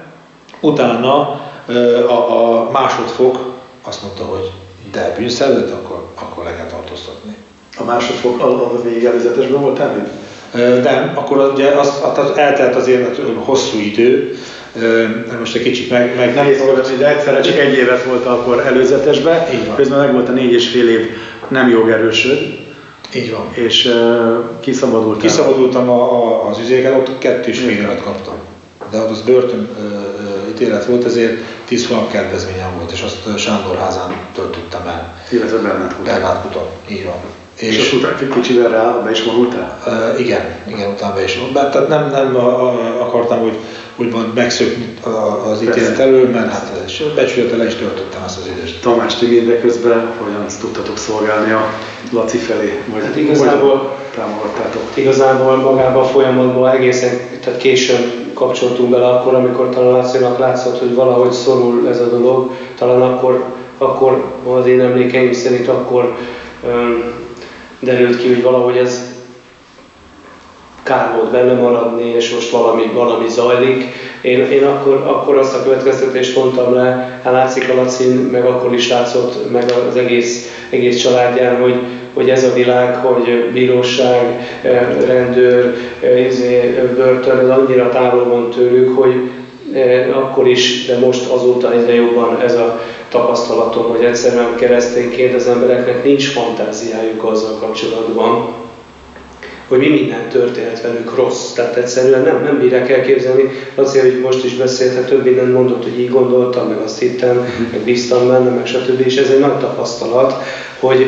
utána a másodfok azt mondta, hogy de bűnszervezet, akkor le kell tartóztatni. A másodfok az még előzetesben volt elég? Nem, akkor ugye eltelt azért hosszú idő, most egy kicsit meg nehéz olvasni, de egyszerre csak egy évet volt akkor előzetesben, közben meg volt a 4,5 év nem jogerősöd. Így van. És kiszabadultam. Kiszabadultam az üzéken, ott 2,5 évet kaptam. De ott az börtön ítélet volt, ezért 10 hónap kedvezményem volt, és azt Sándorházán töltöttem el. Illetve Bernát Kuton, így van. És utána kicsivel rá be is vonultál? Igen, utána be is vonultál. Tehát nem akartam, hogy úgymond megszökni az ítélet elől, mert hát becsülettel le is töltöttem ezt az időt. Tamás, ti mindeközben hogyan tudtatok szolgálni a Laci felé? Vagy hát igazából támogattátok? Igazából magában a folyamatban egészen, tehát későn kapcsoltunk bele akkor, amikor talán Lacinak látszott, hogy valahogy szorul ez a dolog. Talán akkor az én emlékeim szerint akkor derült ki, hogy valahogy ez kár volt benne maradni, és most valami zajlik. Én akkor azt a következtetést mondtam le, hát látszik a Lacin, meg akkor is látszott, meg az egész családján, hogy ez a világ, hogy bíróság, rendőr, börtön, ez annyira távol van tőlük, hogy akkor is, de most azóta egyre jobban ez a tapasztalatom, hogy egyszerűen keresztényként az embereknek nincs fantáziájuk azzal kapcsolatban, hogy mi minden történet velük rossz. Tehát egyszerűen nem bírják elképzelni. Azért, hogy most is beszélt, több mindent mondott, hogy így gondoltam, meg azt hittem, meg bíztam benne, meg stb. És ez egy nagy tapasztalat, hogy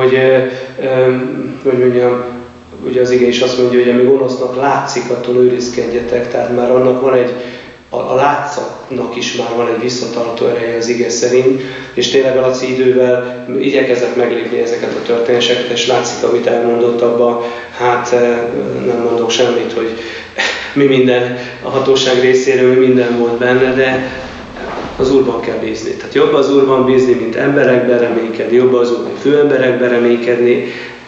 mondjam, ugye az ige is azt mondja, hogy ami gonosznak látszik, attól őrizkedjetek, tehát már annak van a látszatnak is már van egy visszatartó ereje az ige szerint, és tényleg a Laci idővel igyekezett meglépni ezeket a történéseket, és látszik, amit elmondott abban, hát nem mondok semmit, hogy mi minden a hatóság részéről, mi minden volt benne, de az Úrban kell bízni. Tehát jobb az Úrban bízni, mint emberekben reménykedni, jobb az Úrban főemberekben reménykedni.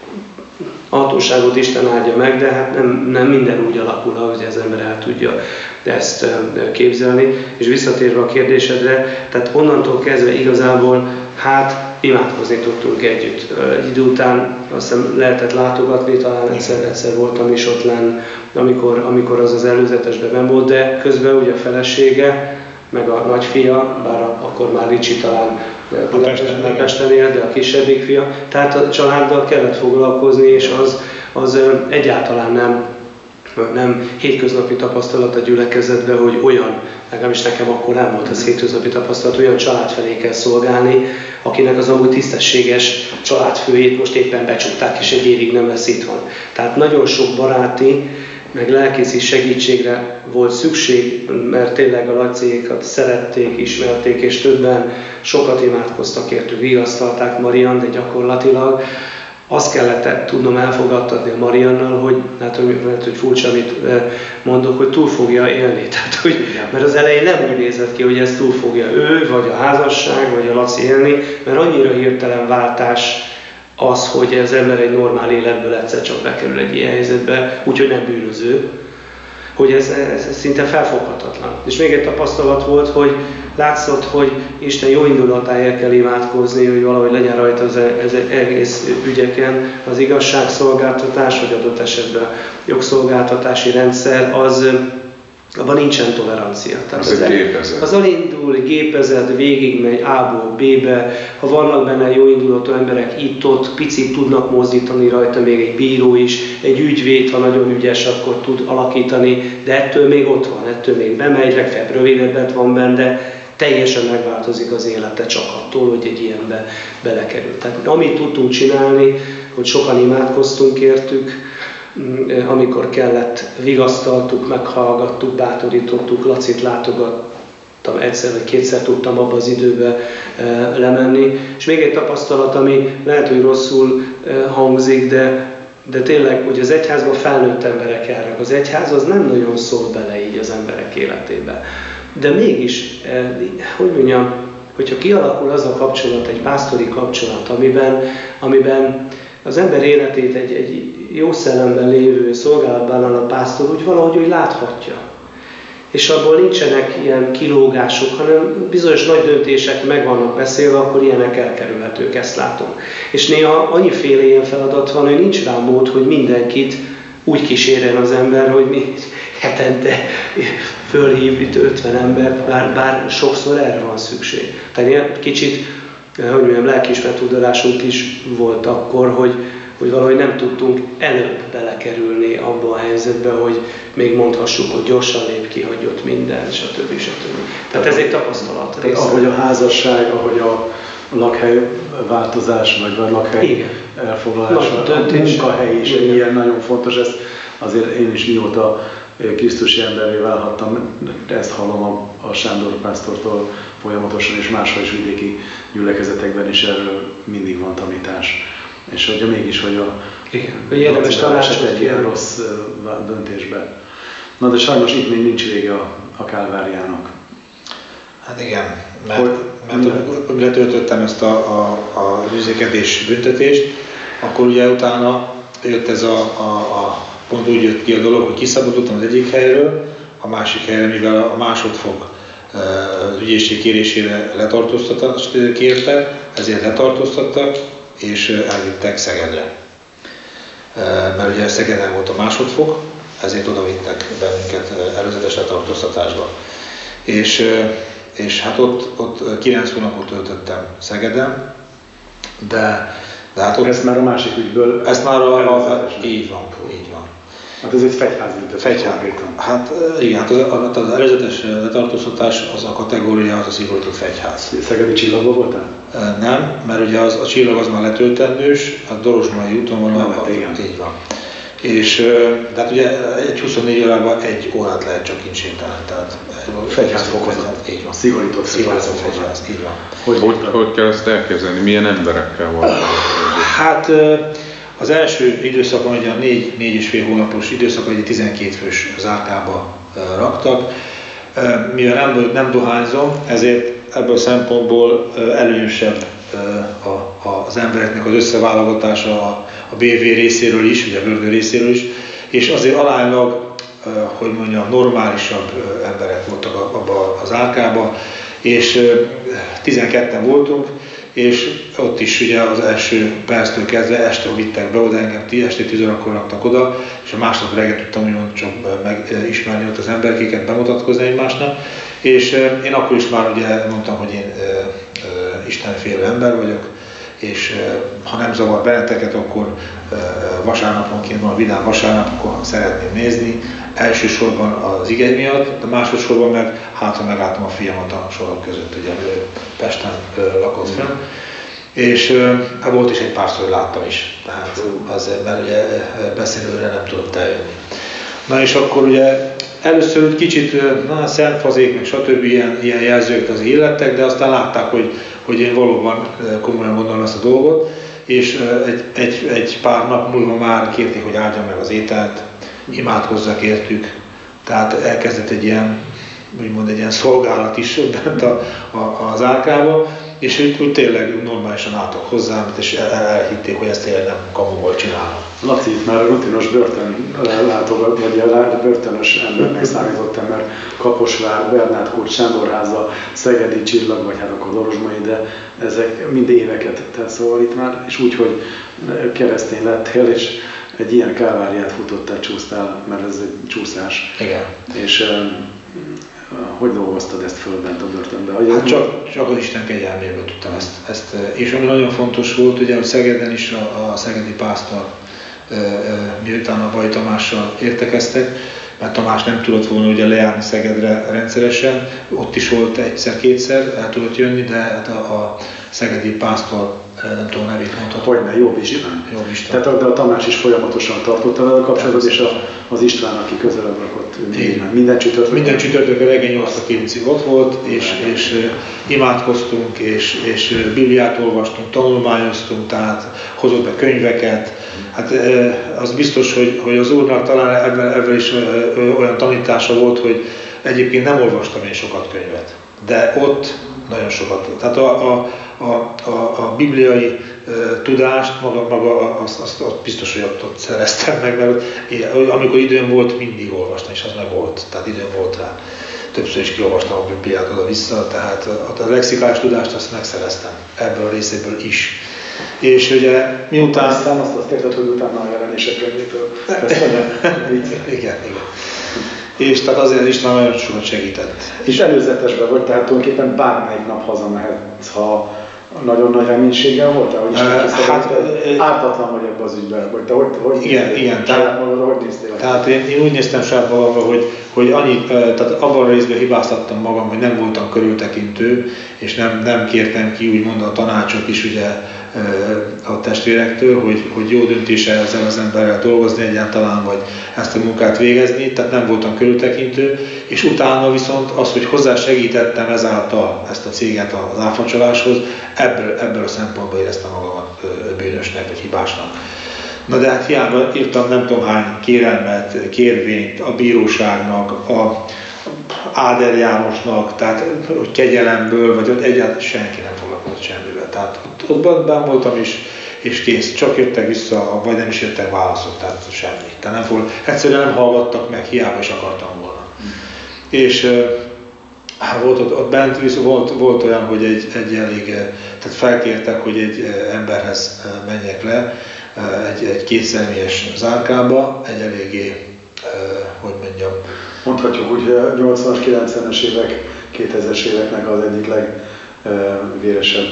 A hatóságot Isten áldja meg, de hát nem minden úgy alakul, ahogy az ember el tudja ezt képzelni. És visszatérve a kérdésedre, tehát onnantól kezdve igazából hát imádkozni tudtunk együtt. Egy idő után azt hiszem lehetett látogatni, talán egyszer voltam is ott lenn, amikor az előzetesben volt, de közben ugye a felesége, meg a nagyfia, bár akkor már Ricsi talán Pesten él, de a kisebbik fia. Tehát a családdal kellett foglalkozni, és az egyáltalán nem hétköznapi tapasztalat a gyülekezetben, hogy olyan, legalábbis nekem akkor nem volt az hétköznapi tapasztalat, olyan család felé kell szolgálni, akinek az amúgy tisztességes családfőjét most éppen becsukták, és egy évig nem lesz itthon. Tehát nagyon sok baráti, meg lelkészi segítségre volt szükség, mert tényleg a Laciékat szerették, ismerték, és többen sokat imádkoztak értük, vigasztalták Marian, de gyakorlatilag azt kellett tudnom elfogadtatni a Mariannal, hogy, hogy furcsa, amit mondok, hogy túl fogja élni. Tehát, mert az elején nem úgy nézett ki, hogy ez túl fogja ő, vagy a házasság, vagy a Laci élni, mert annyira hirtelen váltás az, hogy az ember egy normál életből egyszer csak bekerül egy ilyen helyzetbe, úgyhogy nem bűnöző, hogy ez szinte felfoghatatlan. És még egy tapasztalat volt, hogy látszott, hogy Isten jó indulatáért kell imádkozni, hogy valahogy legyen rajta az egész ügyeken az igazságszolgáltatás, vagy adott esetben jogszolgáltatási rendszer, abban nincsen tolerancia. Tehát az egy gépezet. Az elindul, egy gépezet, végigmegy A-ból B-be, ha vannak benne jó indulatú emberek itt-ott, picit tudnak mozdítani rajta, még egy bíró is, egy ügyvéd, ha nagyon ügyes, akkor tud alakítani, de ettől még ott van, ettől még bemegy, legfeljebb rövidebbet van benne, teljesen megváltozik az élete csak attól, hogy egy ilyenbe belekerül. Tehát amit tudtunk csinálni, hogy sokan imádkoztunk értük, amikor kellett, vigasztaltuk, meghallgattuk, bátorítottuk, Lacit látogattam egyszer vagy kétszer tudtam abba az időbe lemenni. És még egy tapasztalat, ami lehet, hogy rosszul hangzik, de tényleg, hogy az egyházban felnőtt emberek járnak. Az egyház az nem nagyon szól bele így az emberek életébe. De mégis, hogy mondjam, hogyha kialakul az a kapcsolat, egy pásztori kapcsolat, amiben az ember életét egy jó szellemben lévő szolgálatban áll a pásztor, úgy valahogy úgy láthatja. és abból nincsenek ilyen kilógások, hanem bizonyos nagy döntések meg vannak beszélve, akkor ilyenek elkerülhetők, ezt látom. És néha annyiféle ilyen feladat van, hogy nincs rá mód, hogy mindenkit úgy kísérjen az ember, hogy mi hetente fölhív itt 50 embert, bár sokszor erre van szükség. Tehát ilyen kicsit, hogy mondjam, lelkiismeret-tudatásunk is volt akkor, hogy valahogy nem tudtunk előbb belekerülni abba a helyzetbe, hogy még mondhassuk, hogy gyorsan lép ki, hogy ott minden, stb. Tehát ez egy tapasztalat része. Ahogy a házasság, ahogy a lakhely változás, vagy a lakhely elfoglalása, a munkahely is ilyen nagyon fontos. Ezt azért én is mióta krisztusi emberré válhattam, ezt hallom a Sándor pásztortól folyamatosan, és máshol is vidéki gyülekezetekben is erről mindig van tanítás. És hogyha mégis, hogy hogy érdemes tanácsot egy ilyen rossz döntésbe. Na de sajnos itt még nincs vége a Kálváriának. Hát igen, mert letöltöttem ezt a műzékedés büntetést, akkor ugye utána jött ez pont úgy jött ki a dolog, hogy kiszabadultam az egyik helyről, a másik helyre, mivel a másodfok az ügyészség kérésére letartóztatást kérte, ezért letartóztattak, és elvittek Szegedre. Mert ugye Szegeden volt a másodfok, ezért oda vittek bennünket előzetes letartóztatásba. És hát ott 9 hónapot töltöttem Szegeden, de hát ott... Ezt már a másik ügyből... Ezt már így van. Hát ez egy fegyházbüntetés. Hát igen, hát az előzetes letartóztatás, az a kategória, az a szigorúsított fegyház. Szegedi Csillagban voltál? Nem, mert ugye a Csillag az már letöltendős, a Dorozsmai úton van, így van. És de hát ugye egy 24 órában 1 órát lehet csak kincsételen, tehát fegyházfokozat. Így van. Szigorított fegyház, így van. Hogy kell ezt elképzelni? Milyen emberekkel volt? Hát az első időszakban, ugye a 4,5 hónapos időszakban egy 12 fős zárkába raktak. Mivel nem dohányzom, ezért ebből a szempontból előnyösebb az embereknek az összeválogatása a BV részéről is, ugye a Bördő részéről is, és azért aránylag, hogy mondjam, normálisabb emberek voltak abban az árkában, és 12-en voltunk, és ott is ugye az első perctől kezdve este vittek be oda, engem este 10 órakor raktak oda, és a másnap reggel tudtam úgymond csak megismerni ott az emberkéket, bemutatkozni egymásnak, és én akkor is már ugye mondtam, hogy én istenfélő ember vagyok, és ha nem zavar benneteket, akkor vasárnaponként van a vidám vasárnap, akkor szeretném nézni. Elsősorban az ige miatt, de másodszorban meg hátra megálltam a fiamat a sorok között, ugye Pesten lakott fenn. És hát volt is egy párszor, hogy láttam is, tehát azért, mert ugye beszélőre nem tudott eljönni. Na és akkor ugye először kicsit szentfazék, meg stb. Ilyen jelzők az illettek, de aztán látták, hogy én valóban komolyan gondolom ezt a dolgot, és egy pár nap múlva már kérték, hogy áldjam meg az ételt, imádkozzak értük. Tehát elkezdett egy ilyen szolgálat is bent az árkába, és úgy tényleg normálisan álltak hozzám, és elhitték, hogy ezt tényleg nem kamuból csinálom. Laci, itt már rutinos börtönlátogat, vagy börtönös embernek számítottam, mert Kaposvár, Bernát Kurt, Sándorháza, Szegedi Csillag, vagy hát akkor Dorozsmai, de ezek mind éveket tesz, szóval itt már, és úgy, hogy keresztény lettél, és egy ilyen kálváriát futottál, csúsztál, mert ez egy csúszás. Igen. És hogy dolgoztad ezt föl bent a börtönben? Hát csak az Isten kegyelméből tudtam ezt. És ami nagyon fontos volt, ugye, hogy Szegeden is a szegedi pásztor, miután a Bai Tamással értekeztek, mert Tamás nem tudott volna ugye lejárni Szegedre rendszeresen, ott is volt egyszer-kétszer, el tudott jönni, de hát a szegedi pásztor, nem tudom nevét mondhatom. Hogyne, Jobb István. Tehát a Tamás is folyamatosan tartotta vele a kapcsolatot, és az István, aki közelebb rakott minden csütörtökön. Minden csütörtökön reggel 8-9-ig ott volt, és imádkoztunk, és Bibliát olvastunk, tanulmányoztunk, tehát hozott be könyveket. Hát az biztos, hogy az Úrnak talán ebben is olyan tanítása volt, hogy egyébként nem olvastam én sokat könyvet. De ott nagyon sokat. Tehát a bibliai tudást, maga azt biztos, hogy ott szereztem meg, mert amikor időm volt, mindig olvastam, és az meg volt, tehát időm volt rá. Többször is kiolvastam a Bibliát oda-vissza, tehát a lexikális tudást azt megszereztem ebből a részéből is. És ugye miután... Aztán azt érted, hogy utána a Jelenések könyvétől. Igen. És tehát azért István nagyon sokat segített. És előzetesben vagy, tehát tulajdonképpen bármelyik nap hazamehetsz, ha nagyon nagy reménységgel voltál, hogy ártatlan vagy ebbe az ügyben, vagy te hogy igen, saját magadra, hogy néztél? Tehát én úgy néztem saját magamra, hogy tehát abban a részben hibáztattam magam, hogy nem voltam körültekintő, és nem kértem ki úgymond a tanácsot is ugye a testvérektől, hogy jó döntése ezzel az emberrel dolgozni egyáltalán, vagy ezt a munkát végezni, tehát nem voltam körültekintő, és utána viszont az, hogy hozzásegítettem ezáltal ezt a céget az áfacsaláshoz, ebből a szempontból éreztem magamat bűnösnek, vagy hibásnak. Na de hát hiába írtam nem tudom hány kérelmet, kérvényt a bíróságnak, a Áder Jánosnak, tehát hogy kegyelemből, vagy ott egyáltalán senki nem foglalkozott semmivel. Tehát ott benn voltam is, és kész, csak jöttek vissza, vagy nem is jöttek válaszok, tehát semmi. Tehát egyszerűen nem hallgattak meg, hiába is akartam volna. És volt ott bent, volt olyan, hogy egy elég, tehát felkértek, hogy egy emberhez menjek le, egy kétszemélyes zárkába, egy eléggé, hogy mondjam. Mondhatjuk, hogy 80-as, 90-es évek, 2000-es éveknek az egyik legvéresebb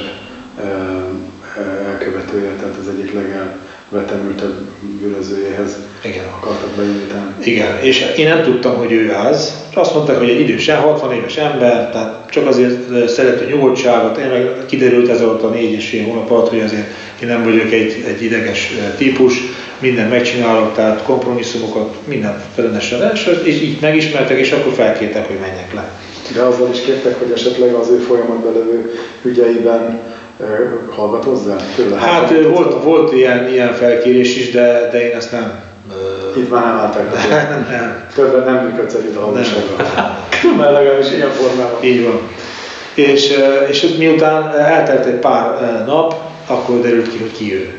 elkövetője, tehát az egyik legelvetemültebb bűnözőjéhez akartak beindítani. Igen, és én nem tudtam, hogy ő az. Azt mondták, hogy egy idősen, 60 éves ember, tehát csak azért szerető nyugodtságot. Én meg kiderült ez alatt a 4,5 hónap alatt, hogy azért én nem vagyok egy ideges típus, mindent megcsinálok, tehát kompromisszumokat, minden felenesen, és így megismertek, és akkor felkértek, hogy menjek le. De azzal is kértek, hogy esetleg az ő folyamatban levő ügyeiben hallgatozzál tőle? Hát volt ilyen felkérés is, de én ezt nem... Itt már nem állták. Nem. Többet nem működsz együtt a hatósággal. Mert legalábbis ilyen formában. Így van. És miután eltelt egy pár nap, akkor derült ki, hogy ki ő.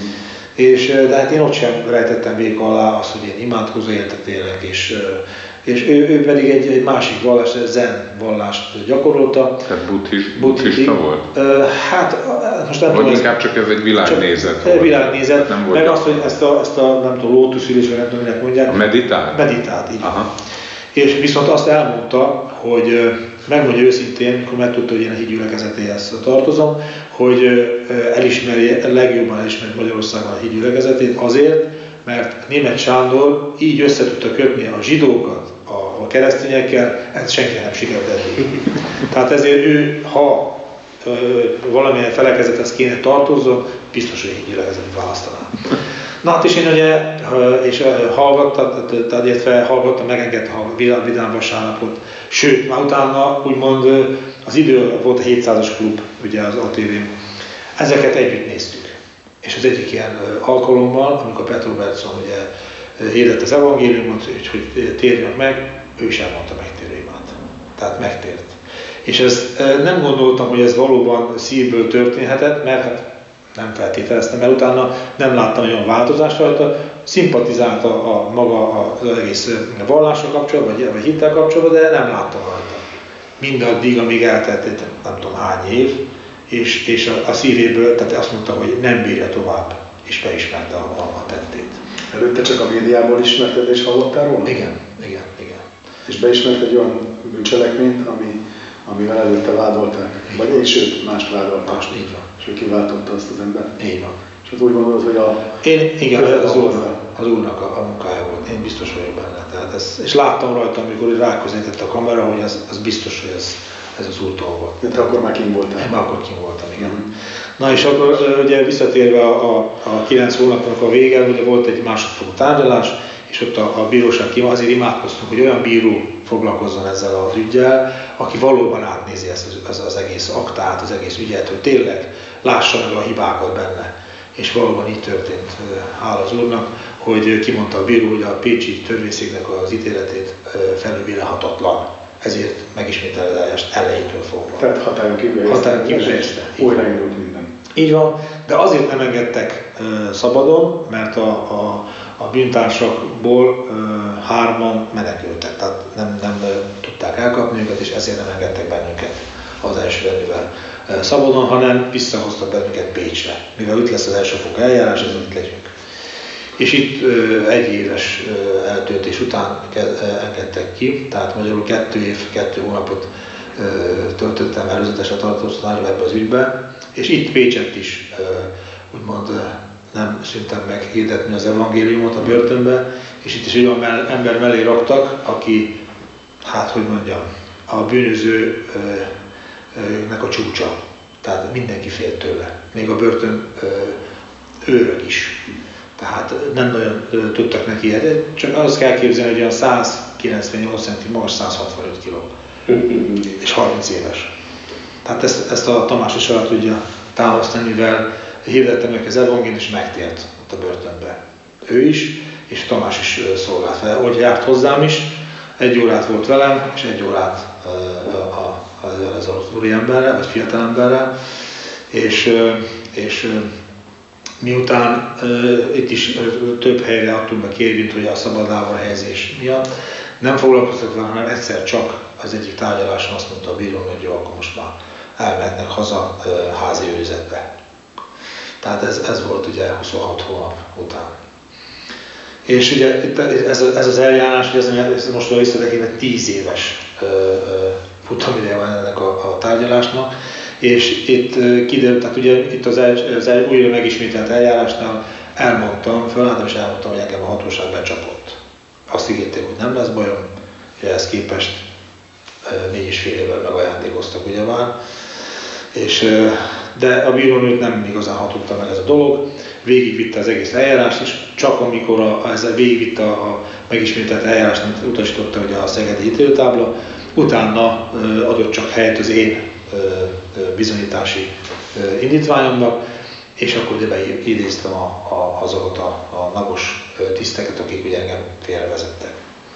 De hát én ott sem rejtettem véka alá azt, hogy én imádkozó életet élek, és ő pedig egy másik vallás, zen vallást gyakorolta. Tehát buddhista volt? Hát most nem tudom. Vagy inkább csak ez egy világnézet volt. Világnézet, meg azt, hogy ezt a nem tudom, lótuszülés, vagy nem tudom, minek mondják. Meditált? Meditált, így. Aha. És viszont azt elmondta, hogy megmondja őszintén, mikor megtudta, hogy én a hídgyülekezetéhez tartozom, hogy legjobban elismeri Magyarországon a hídgyülekezetét azért, mert Németh Sándor így össze tudta kötni a zsidókat a keresztényekkel, ez senki nem sikerült eddig. Tehát ezért ő, ha valamilyen felekezethez kéne tartozzon, biztos, hogy hídgyülekezetet választaná. Na hát és én ugye, hallgattam, megengedte a Vidám Vasárnapot, sőt, már utána úgymond az idő volt a 700-as klub, ugye az ATV-n, ezeket együtt néztük. És az egyik ilyen alkalommal, amikor Petr Robertson ugye hirdette az evangéliumot, hogy térjön meg, ő is elmondta megtérőimát. Tehát megtért. És ezt nem gondoltam, hogy ez valóban szívből történhetett, mert hát nem feltételeztem, mert utána nem láttam olyan változást rajta, szimpatizált a maga az egész vallással kapcsolatban, vagy hittel kapcsolatban, de nem láttam rajta. Mindaddig, amíg eltelt nem tudom hány év, és a szívéből, tehát azt mondta, hogy nem bírja tovább, és beismerte a tettét. Előtte csak a médiából ismerted és hallottál róla? Igen. És beismert egy olyan bűncselekményt, amivel előtte vádolták? Vagy sőt, mást vádolták? Mást, így van. És ő kiváltotta azt az embert? Így van. És az úgy gondolod, hogy igen, az úrnak a munkája volt, én biztos vagyok benne. Tehát és láttam rajta, amikor ráközelített a kamera, hogy az biztos, hogy ez az úrtól volt. De te akkor már kint voltál? Én már akkor kint voltam, igen. Na és akkor ugye visszatérve a 9 hónapnak a vége, ugye volt egy másodfokú tárgyalás, és ott a bíróság azért imádkoztunk, hogy olyan bíró foglalkozzon ezzel az üggyel, aki valóban átnézi ezt az egész aktát, az egész ügyet, hogy tényleg lássa meg a hibákat benne. És valóban így történt, hála az úrnak, hogy kimondta a bíró, hogy a pécsi törvényszéknek az ítéletét felülbírálhatatlan. ezért megismétel az eljárást elejétől fogva. Tehát határon kívül helyezte. Újraindult minden. Így van, de azért nem engedtek szabadon, mert a bűntársakból 3-an menekültek, tehát nem tudták elkapni őket, és ezért nem engedtek bennünket az első rendőrvel szabadon, hanem visszahoztak bennünket Pécsre. Mivel itt lesz az elsőfokú eljárás, ezért itt legyünk. És itt 1 éves eltöltés után engedtek ki, tehát magyarul 2 év, 2 hónapot töltöttem előzetesre tartóztatásba ebbe az ügybe, és itt Pécsett is úgymond nem szüntem meg hirdetni az evangéliumot a börtönbe, és itt is egy olyan ember mellé raktak, aki, hát hogy mondjam, a bűnözőnek a csúcsa. Tehát mindenki félt tőle, még a börtön őrök is. Tehát nem nagyon tudtak neki, csak azt kell képzelni, hogy olyan 198 cm, magas 165 kg. És 30 éves. Tehát ezt a Tamás is el tudja támasztani, mivel hirdettem neki az evangéliumot, és megtért ott a börtönbe. Ő is, és Tamás is szolgált fel. Úgy járt hozzám is, 1 órát volt velem, és 1 órát az úriemberrel, vagy fiatalemberrel, és miután itt is több helyre adtunk be kérvényt, hogy a szabadlábra helyezés miatt nem foglalkoztak vele, hanem egyszer csak az egyik tárgyaláson azt mondta a bíró, hogy jó, akkor most már elmehetnek haza házi őrizetbe. Tehát ez volt ugye 26 hónap után. És ugye ez az eljárás, ez most visszatekintve 10 éves futamideje van ennek a tárgyalásnak, és itt kiderült, tehát ugye itt az újra megismételt eljárásnál fölálltam és elmondtam, hogy engem a hatóság becsapott. Azt ígérték, hogy nem lesz bajom, és ehhez képest 4,5 évvel megajándékoztak ugye már. De a bírónőt nem igazán hatotta meg ez a dolog, végigvitte az egész eljárást, és csak amikor ezzel végigvitte a megismételt eljárást, utasította ugye a szegedi ítélőtábla, utána adott csak helyet az én bizonyítási indítványomnak, és akkor ugye beidéztem azokat a nagos tiszteket, akik ugye engem félrevezettek.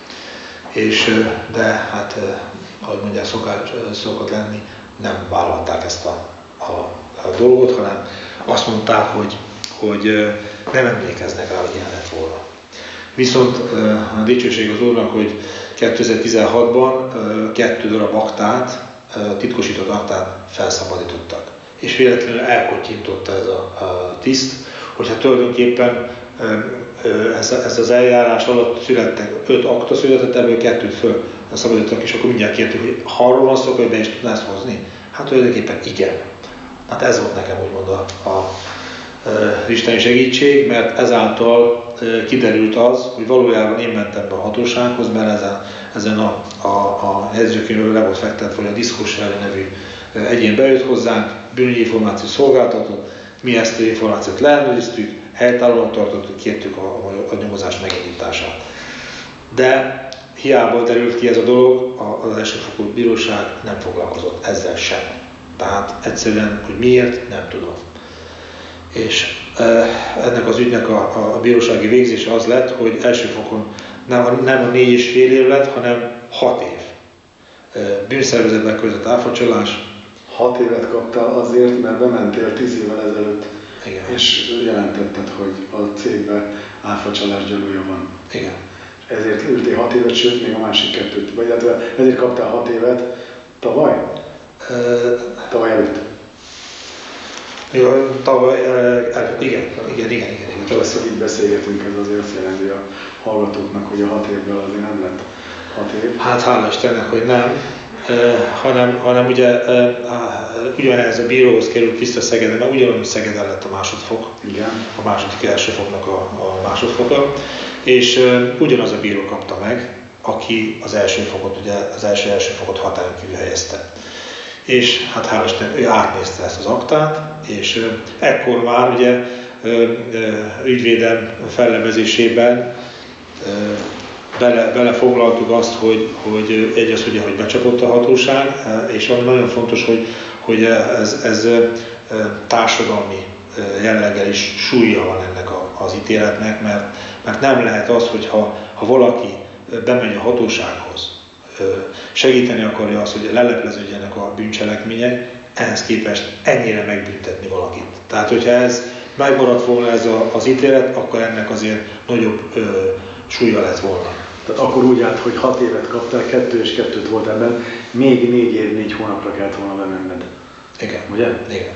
De hát, ahogy mondják, szokott lenni, nem vállalták ezt a dolgot, hanem azt mondták, hogy nem emlékeznek rá, hogy ilyen lett volna. Viszont a dicsőség az Úrnak, hogy 2016-ban 2 darab aktát, titkosított aktát felszabadítottak. És véletlenül elkottyintotta ez a tiszt, hogy hát tulajdonképpen ez az eljárás alatt születtek 5 akta született, ebből 2-t felszabadítottak, és akkor mindjárt kértük, hogy ha arról van szó, hogy be is tudná ezt hozni. Hát tulajdonképpen igen. Hát ez volt nekem úgymond a isteni segítség, mert ezáltal kiderült az, hogy valójában én mentem be a hatósághoz, mert ezen a jegyzőkönyvről le volt fektetve, hogy a Diszkos nevű egyén bejött hozzánk, bűnügyi információt szolgáltatott, mi ezt az információt leellenőriztük, helytállóan tartottuk, kértük a nyomozás megindítását. De hiába derült ki ez a dolog, az elsőfokú bíróság nem foglalkozott ezzel sem. Tehát egyszerűen, hogy miért, nem tudom. És ennek az ügynek a bírósági végzése az lett, hogy első fokon nem a 4,5 év lett, hanem 6 év. Bűnszervezetben között áfacsalás. 6 évet kaptál azért, mert bementél 10 évvel ezelőtt, igen, és jelentetted, hogy a cégben áfacsalás gyanúja van. Igen. Ezért ültél 6 évet, sőt még a másik 2-t, vagy ezért kaptál 6 évet tavaly? Tavaly előtt. Ja, tavaly, igen. Azt, hogy így beszélgetünk, ez azért azt jelenti a hallgatóknak, hogy a 6 évvel azért nem lett 6 év. Hát hála Istennek, hogy nem, hanem ugye ugyanez a bíróhoz került vissza Szegeden, mert ugyanúgy Szegeden lett a másodfok, igen. A második elsőfoknak a másodfoka, és ugyanaz a bíró kapta meg, aki az első fokot, ugye az első fokot határon kívül helyezte. És hát hála Isten, ő átnézte ezt az aktát, és ekkor már ugye ügyvédem fellevezésében belefoglaltuk azt, hogy egyrészt ugye, hogy becsapott a hatóság, és ami nagyon fontos, hogy ez társadalmi jelleggel is súlya van ennek az ítéletnek, mert nem lehet az, hogy ha valaki bemegy a hatósághoz, segíteni akarja azt, hogy lelepleződjenek a bűncselekmények, ehhez képest ennyire megbüntetni valakit. Tehát, hogyha ez megmaradt volna ez az ítélet, akkor ennek azért nagyobb súlya lett volna. Tehát akkor úgy állt, hogy 6 évet kaptál, 2 és 2 volt ebben, még 4 év, 4 hónapra kellett volna bemenned. Igen. Ugye? Igen.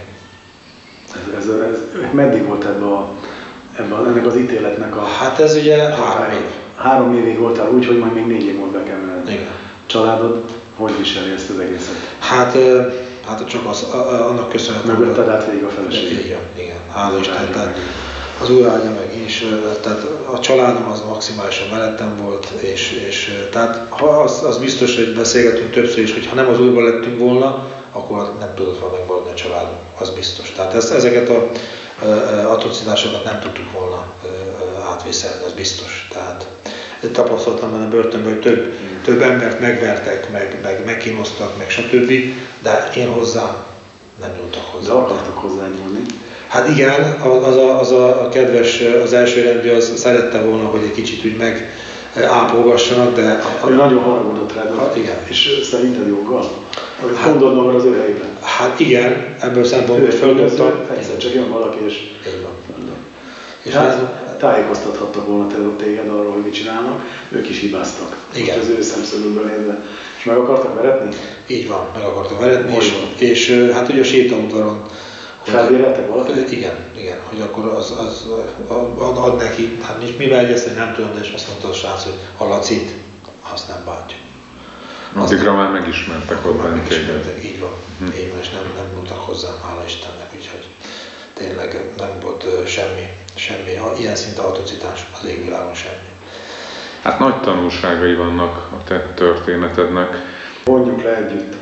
Ez meddig volt ennek az ítéletnek a... Hát ez ugye 3 év. 3 évig voltál úgy, hogy majd még 4 év múlva be kell menned. Igen. Családod hogy viseli ezt az egészet? Hát csak annak köszönhetően. Mögötted át végig a feleség. Igen. Hála Isten. Tehát az új áldja meg is. Tehát a családom az maximálisan mellettem volt, és tehát az biztos, hogy beszélgetünk többször is, hogy ha nem az újban lettünk volna, akkor nem tudott volna megmaradni a családom. Az biztos. Tehát ezeket az atrocitásokat nem tudtuk volna átvészelni, az biztos. Tehát tapasztaltam benne a börtönben, hogy több embert megvertek, meg megkínoztak, meg stb. De én hozzám nem nyúltak hozzá. De akartak hozzá nyúlni? Hát igen, az a kedves, az elsőrendű az szerette volna, hogy egy kicsit úgy megápolgassanak, de... Ő nagyon haragudott rád, igen. És szerinted joggal? Gondold magad az ő helyében? Hát igen, ebből szempontból földobtam. Egyszer csak jön valaki és... Így van. És tájékoztathattak volna téged arról, hogy mit csinálnak, ők is hibáztak. Igen. Az ő szemszögükből nézve. És meg akartak veretni? Így van, meg akartak veretni, és hát ugye a sétaudvaron... Felbéreltek valakit? Igen, hogy akkor az ad neki, hát mivel egyezteni nem tudom, de és azt mondta a srác, hogy a Lacit, azt nem bántja. Addigra már megismertek ott benne téged. Így van, és nem nyúltak hozzám, hála Istennek, úgyhogy tényleg nem volt semmi, ilyen szinte atrocitás az égvilágon semmi. Hát nagy tanulságai vannak a te történetednek. Mondjuk le együtt.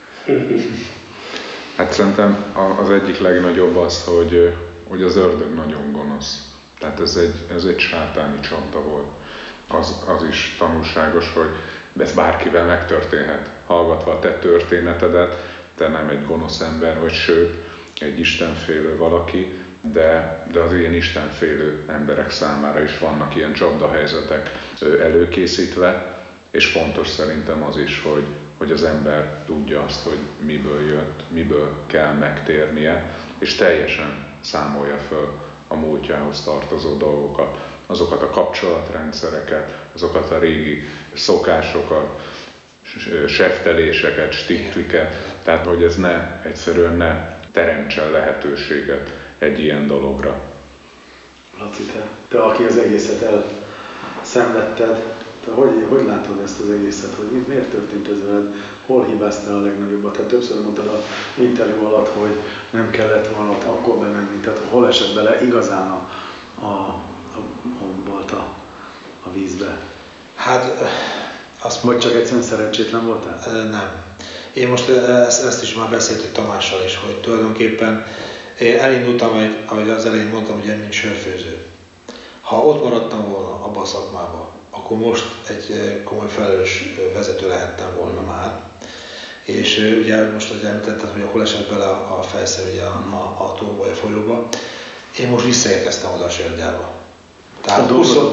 Hát szerintem az egyik legnagyobb az, hogy az ördög nagyon gonosz. Tehát ez egy sátáni csapda volt. Az is tanulságos, hogy ez bárkivel megtörténhet. Hallgatva a te történetedet, te nem egy gonosz ember vagy, sőt, egy istenfélő valaki, de az ilyen istenfélő emberek számára is vannak ilyen csapdahelyzetek előkészítve, és fontos szerintem az is, hogy az ember tudja azt, hogy miből jött, miből kell megtérnie, és teljesen számolja föl a múltjához tartozó dolgokat, azokat a kapcsolatrendszereket, azokat a régi szokásokat, sefteléseket, stikliket, tehát hogy ez egyszerűen ne teremtsen lehetőséget egy ilyen dologra. Laci, te aki az egészet elszenvedted, te hogy látod ezt az egészet, hogy miért történt ez veled, hol hibáztál a legnagyobbat? Tehát többször mondtad az interjú alatt, hogy nem kellett volna akkor bemenni, tehát hol esett bele igazán a balta a vízbe? Hát vagy csak egyszerűen szerencsétlen voltál? Nem. Én most ezt is már beszéltük Tamással is, hogy tulajdonképpen én elindultam, ahogy az elején mondtam, ugye mint sörfőző. Ha ott maradtam volna abban a szakmában, akkor most egy komoly felelős vezető lehettem volna már. És ugye most, hogy említettem, hogy hol esett bele a fejszer ugye a tóba, a folyóba, én most visszaérkeztem oda a Sörgyárba. Tehát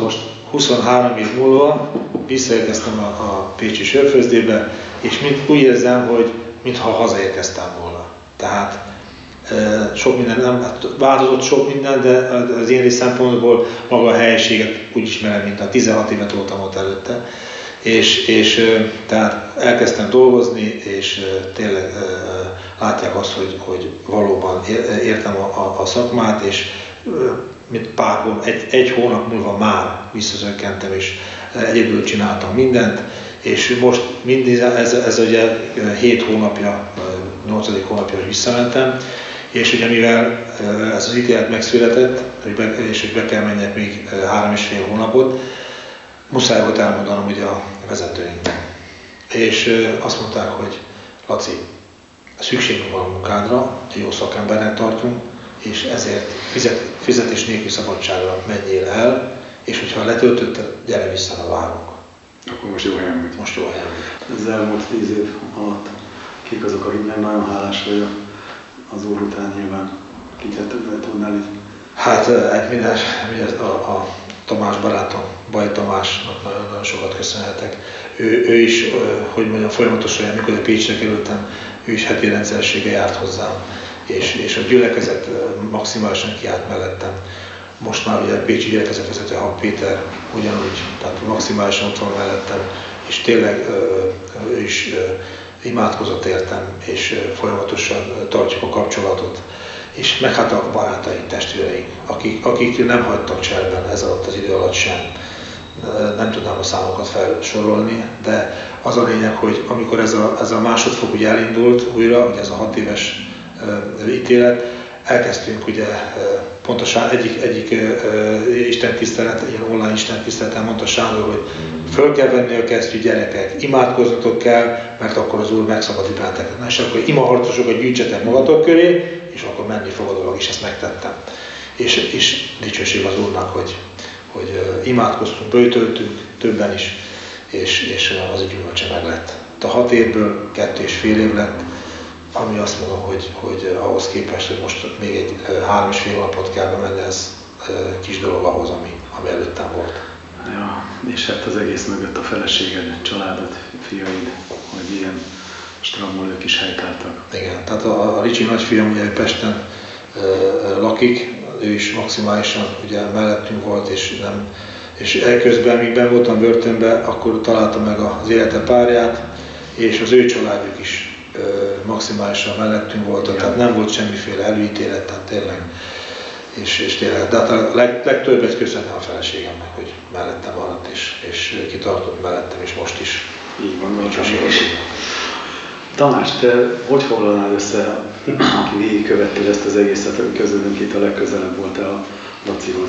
23 év múlva visszaérkeztem a pécsi sörfőzdébe, és úgy érzem, hogy mintha hazaérkeztem volna. Tehát sok minden, nem változott sok minden, de az én szempontból maga a helyiséget úgy ismerem, mint a 16 évet voltam ott előtte. És tehát elkezdtem dolgozni, és tényleg látják azt, hogy valóban értem a szakmát, és mint egy hónap múlva már visszazökkentem, és egyedül csináltam mindent, és most mindig ez ugye 7 hónapja, 8. hónapja, hogy visszamentem, és ugye mivel ez az ítélet megszületett, és hogy be kell menjek még 3,5 hónapot, muszáj volt elmondanom ugye a vezetőinknek. És azt mondták, hogy Laci, szükségünk van a munkádra, jó szakembernek tartunk, és ezért fizetés nélkül szabadságra menjél el, és hogyha letöltötted, gyere vissza, a várunk. Akkor most jó helyen vagy. Most jó helyen vagy. Az elmúlt 10 év alatt kik azok, akiknek nagyon hálás vagyok az Úr után nyilván? Kiket tudnál itt? Hát minden a Tamás barátom, Baj Tamásnak nagyon sokat köszönhetek. Ő is, hogy mondjam, folyamatosan, amikor Pécsre kerültem, ő is heti rendszerességgel járt hozzám, és a gyülekezet maximálisan kiállt mellettem. Most már ugye a pécsi gyülekezetvezető Hak Péter ugyanúgy, tehát maximálisan ott van mellettem, és tényleg ő is imádkozott értem, és folyamatosan tartjuk a kapcsolatot. És meg hát a barátaink, testvéreink, akik nem hagytak cserben ez alatt az idő alatt sem. Nem tudnám a számokat felsorolni, de az a lényeg, hogy amikor ez a másodfok ugye elindult újra, ugye ez a 6 éves ítélet, elkezdtünk ugye pontosan egyik istentisztelet, ilyen online istentiszteleten mondta Sándor, hogy föl kell venni a kesztyű, gyerekek, imádkoznotok kell, mert akkor az Úr megszabadít benneteket. És akkor imaharcosokat gyűjtsetek magatok köré, és akkor menni fog a dolog, és ezt megtettem. És dicsőség az Úrnak, hogy imádkoztunk, böjtöltünk, többen is, és az gyümölcse meg lett. A 6 évből 2,5 év lett, ami azt mondom, hogy ahhoz képest, hogy most még egy 3,5 napot kell bemenni, ez kis dolog ahhoz, ami előttem volt. Ja, és hát az egész mögött a feleséged, családod, fiaid, hogy ilyen strammal ők is helytáltak. Igen, tehát a Ricsi nagyfiam ugye Pesten lakik, ő is maximálisan ugye mellettünk volt, és elközben, míg ben voltam börtönben, akkor találtam meg az élete párját, és az ő családjuk is maximálisan mellettünk voltak, igen. Tehát nem volt semmiféle előítélet, tehát tényleg, és tényleg, de hát a legtöbbet köszönhetem a feleségemnek, hogy mellettem maradt, és kitartott mellettem, és most is. Így van, Tamás, te hogy foglalnád össze, aki végigkövetted ezt az egészet, közülünk itt a legközelebb voltál a Lacihoz?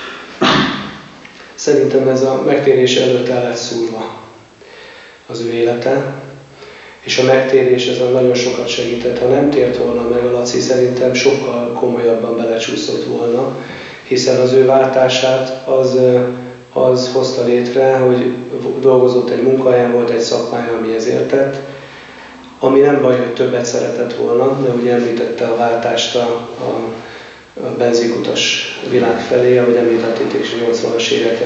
Szerintem ez a megtérés előtt el lett szúrva az ő élete, és a megtérés ezen nagyon sokat segített. Ha nem tért volna meg a Laci, szerintem sokkal komolyabban belecsúszott volna, hiszen az ő váltását az hozta létre, hogy dolgozott egy munkahelyen, volt egy szakmája, amihez értett, ami nem baj, hogy többet szeretett volna, de ugye említette a váltást a benzinkutas világ felé, ahogy említették is 80-as évek,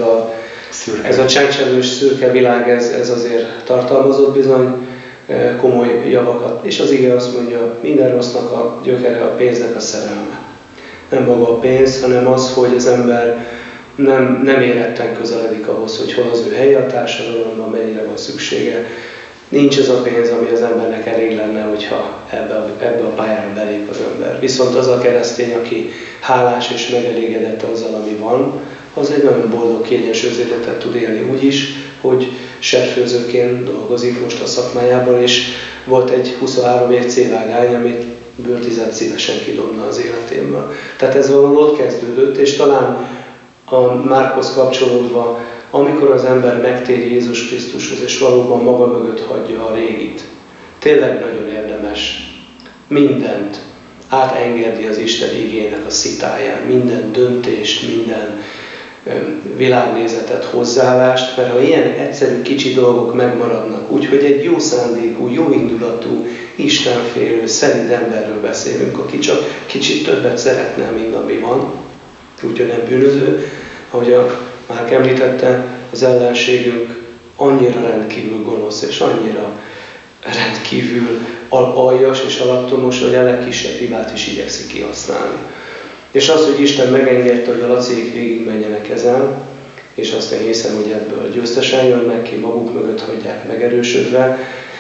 ez a csencselős szürke világ, ez azért tartalmazott bizony komoly javakat. És az ige azt mondja, minden rossznak a gyökere, a pénznek a szerelme. Nem maga a pénz, hanem az, hogy az ember nem éretten közeledik ahhoz, hogy hol az ő helye a társadalomban, mennyire van szüksége. Nincs ez a pénz, ami az embernek elég lenne, hogyha ebbe a pályára belép az ember. Viszont az a keresztény, aki hálás és megelégedett azzal, ami van, az egy nagyon boldog, kényes életet tud élni úgy is, hogy serfőzőként dolgozik most a szakmájában, és volt egy 23 év célvágány, amit bőrtized szívesen kidobna az életémből. Tehát ez valahol ott kezdődött, és talán a Márkhoz kapcsolódva, amikor az ember megtér Jézus Krisztushoz, és valóban maga mögött hagyja a régit, tényleg nagyon érdemes mindent átengedni az Isten igének a szitáján, minden döntést, minden világnézetet, hozzáállást, mert ha ilyen egyszerű kicsi dolgok megmaradnak, úgyhogy egy jó szándékú, jó indulatú, istenfélő, szelíd emberről beszélünk, aki csak kicsit többet szeretne, mint ami van, úgyhogy nem bűnöző, ahogy Márk említette, az ellenségünk annyira rendkívül gonosz, és annyira rendkívül aljas és alattomos, hogy a legkisebb hibát is igyekszik kihasználni. És az, hogy Isten megengedte, hogy a Laciék végigmenjenek ezen, és azt én hiszem, hogy ebből győztesen jönnek ki, maguk mögött hagyják megerősödve,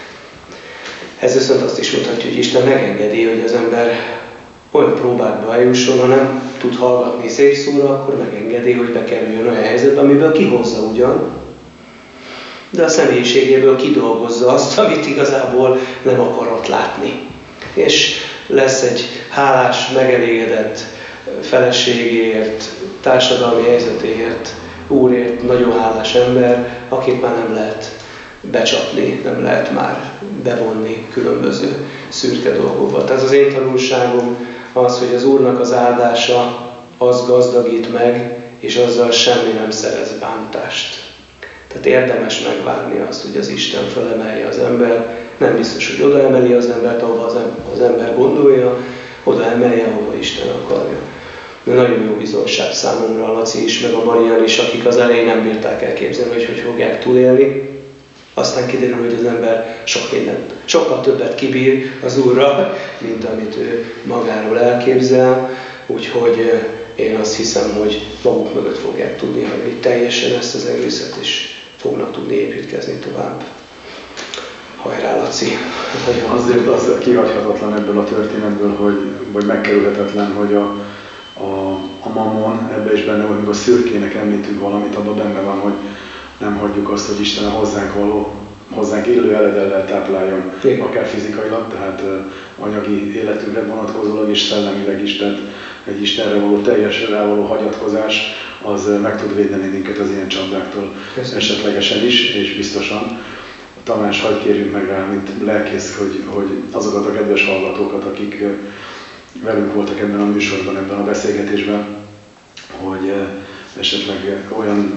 ez viszont azt is mutatja, hogy Isten megengedi, hogy az ember olyan próbákba eljusson, ha nem tud hallgatni szép szóra, akkor megengedi, hogy bekerüljön olyan helyzetbe, amiből kihozza ugyan, de a személyiségéből kidolgozza azt, amit igazából nem akarott látni. És lesz egy hálás, megelégedett feleségéért, társadalmi helyzetéért, Úrért nagyon hálás ember, akit már nem lehet becsapni, nem lehet már bevonni különböző szürke dolgokba. Tehát az én tanulságom az, hogy az Úrnak az áldása az gazdagít meg, és azzal semmi nem szerez bántást. Tehát érdemes megvárni azt, hogy az Isten felemelje az ember. Nem biztos, hogy oda emeli az embert, ahova az ember gondolja, oda emelje, ahova Isten akarja. de nagyon jó bizonyság számomra a Laci is, meg a Marian is, akik az elején nem bírták elképzelni, hogy fogják túlélni. Aztán kiderül, hogy az ember sokkal többet kibír az Úrra, mint amit ő magáról elképzel. Úgyhogy én azt hiszem, hogy maguk mögött fogják tudni hagyni teljesen ezt az egészet, és fognak tudni építkezni tovább. Hajrá, Laci! Azért az kihagyhatatlan ebből a történetből, vagy megkerülhetetlen, hogy a Mammon ebbe is benne van, amikor szürkének említünk valamit, abban benne van, hogy nem hagyjuk azt, hogy Isten hozzánk illő eledellel tápláljon, akár fizikailag, tehát anyagi életünkre vonatkozólag és szellemileg is, tehát egy Istenre való teljes rávaló hagyatkozás, az meg tud védeni minket az ilyen csapdáktól esetlegesen is, és biztosan. Tamás, hagyd kérjünk meg rá, mint lelkész, hogy azokat a kedves hallgatókat, akik velünk voltak ebben a műsorban, ebben a beszélgetésben, hogy esetleg olyan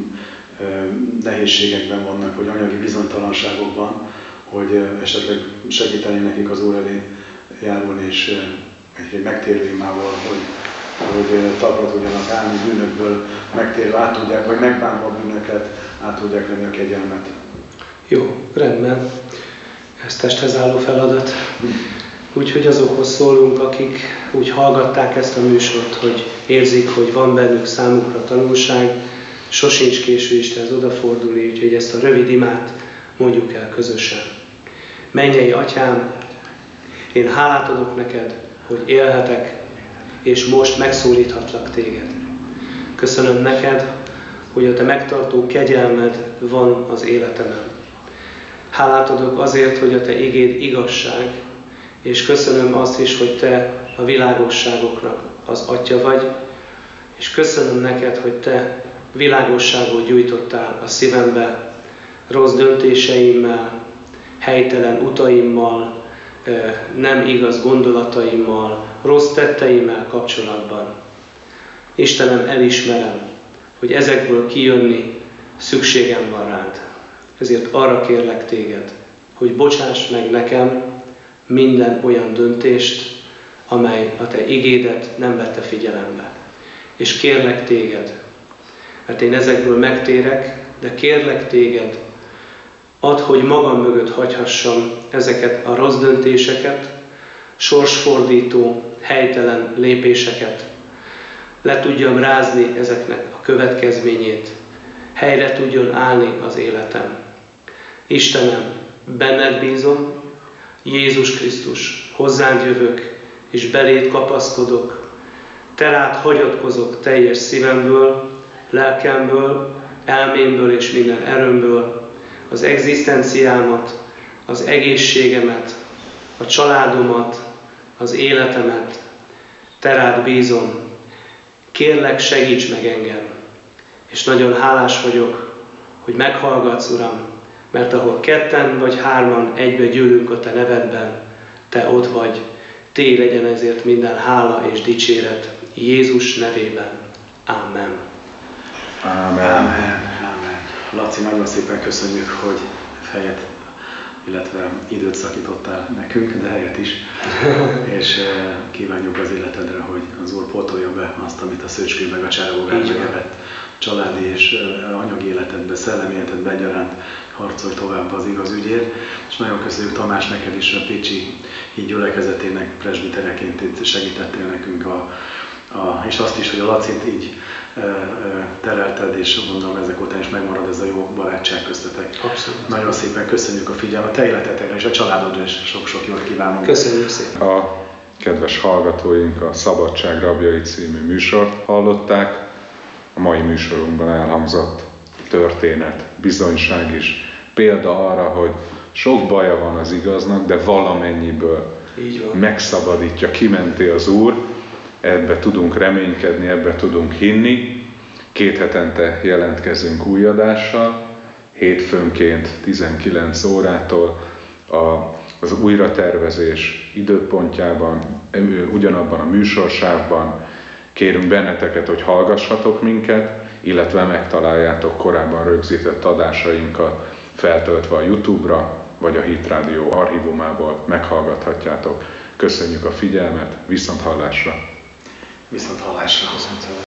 nehézségekben vannak, vagy anyagi bizonytalanságokban, hogy esetleg segíteni nekik az Úr elé járulni, és egy megtérő imával, hogy talpra tudjanak állni bűnökből, megtérve át tudják, vagy megbánva a bűnöket, át tudják venni a kegyelmet. Jó, rendben. Ez testhez álló feladat. Úgyhogy azokhoz szólunk, akik úgy hallgatták ezt a műsort, hogy érzik, hogy van bennük számukra tanulság, sosincs késő Istenhez odafordulni, úgyhogy ezt a rövid imát mondjuk el közösen. Mennyei Atyám, én hálát adok neked, hogy élhetek, és most megszólíthatlak téged. Köszönöm neked, hogy a te megtartó kegyelmed van az életemen. Hálát adok azért, hogy a te igéd igazság, és köszönöm azt is, hogy te a világosságoknak az atya vagy, és köszönöm neked, hogy te világosságot gyújtottál a szívembe, rossz döntéseimmel, helytelen utaimmal, nem igaz gondolataimmal, rossz tetteimmel kapcsolatban. Istenem, elismerem, hogy ezekből kijönni szükségem van rád. Ezért arra kérlek téged, hogy bocsáss meg nekem minden olyan döntést, amely a te igédet nem vette figyelembe. És kérlek téged, mert én ezekből megtérek, de kérlek téged, add, hogy magam mögött hagyhassam ezeket a rossz döntéseket, sorsfordító, helytelen lépéseket, le tudjam rázni ezeknek a következményét, helyre tudjon állni az életem. Istenem, benned bízom, Jézus Krisztus, hozzád jövök, és beléd kapaszkodok, te rád hagyatkozok teljes szívemből, lelkemből, elmémből és minden erőmből, az egzisztenciámat, az egészségemet, a családomat, az életemet, te rád bízom. Kérlek, segíts meg engem, és nagyon hálás vagyok, hogy meghallgatsz, Uram, mert ahol ketten vagy hárman egybe gyűlünk a te nevedben, te ott vagy, té legyen ezért minden hála és dicséret Jézus nevében. Amen. Amen. Amen. Amen. Laci, nagyon szépen köszönjük, hogy fejet, illetve időt szakítottál nekünk, de helyet is. És kívánjuk az életedre, hogy az Úr pótolja be azt, amit a Szőcskő meg a Csárabogár megevett családi és anyagi életedbe, szellemi életedbe egyaránt harcolj tovább az igaz ügyért. És nagyon köszönjük, Tamás, neked is a Pécsi híd gyülekezetének presbitereként itt segítettél nekünk, és azt is, hogy a Lacit így terelted, és gondolom ezek után is megmarad ez a jó barátság köztetek. Abszolút. Nagyon szépen köszönjük a figyelmet, te életetekre és a családodra is sok-sok jót kívánunk. Köszönjük szépen. A kedves hallgatóink a Szabadság rabjai című műsort hallották. A mai műsorunkban elhangzott történet, bizonyság is, példa arra, hogy sok baja van az igaznak, de valamennyiből megszabadítja, kimenti az Úr. Ebbe tudunk reménykedni, ebbe tudunk hinni. 2 hetente jelentkezünk új adással, hétfőnként 19 órától az újratervezés időpontjában, ugyanabban a műsorsávban. Kérünk benneteket, hogy hallgassatok minket, illetve megtaláljátok korábban rögzített adásainkat feltöltve a YouTube-ra, vagy a Hit Rádió archívumából meghallgathatjátok. Köszönjük a figyelmet, viszonthallásra! Viszont hallásra.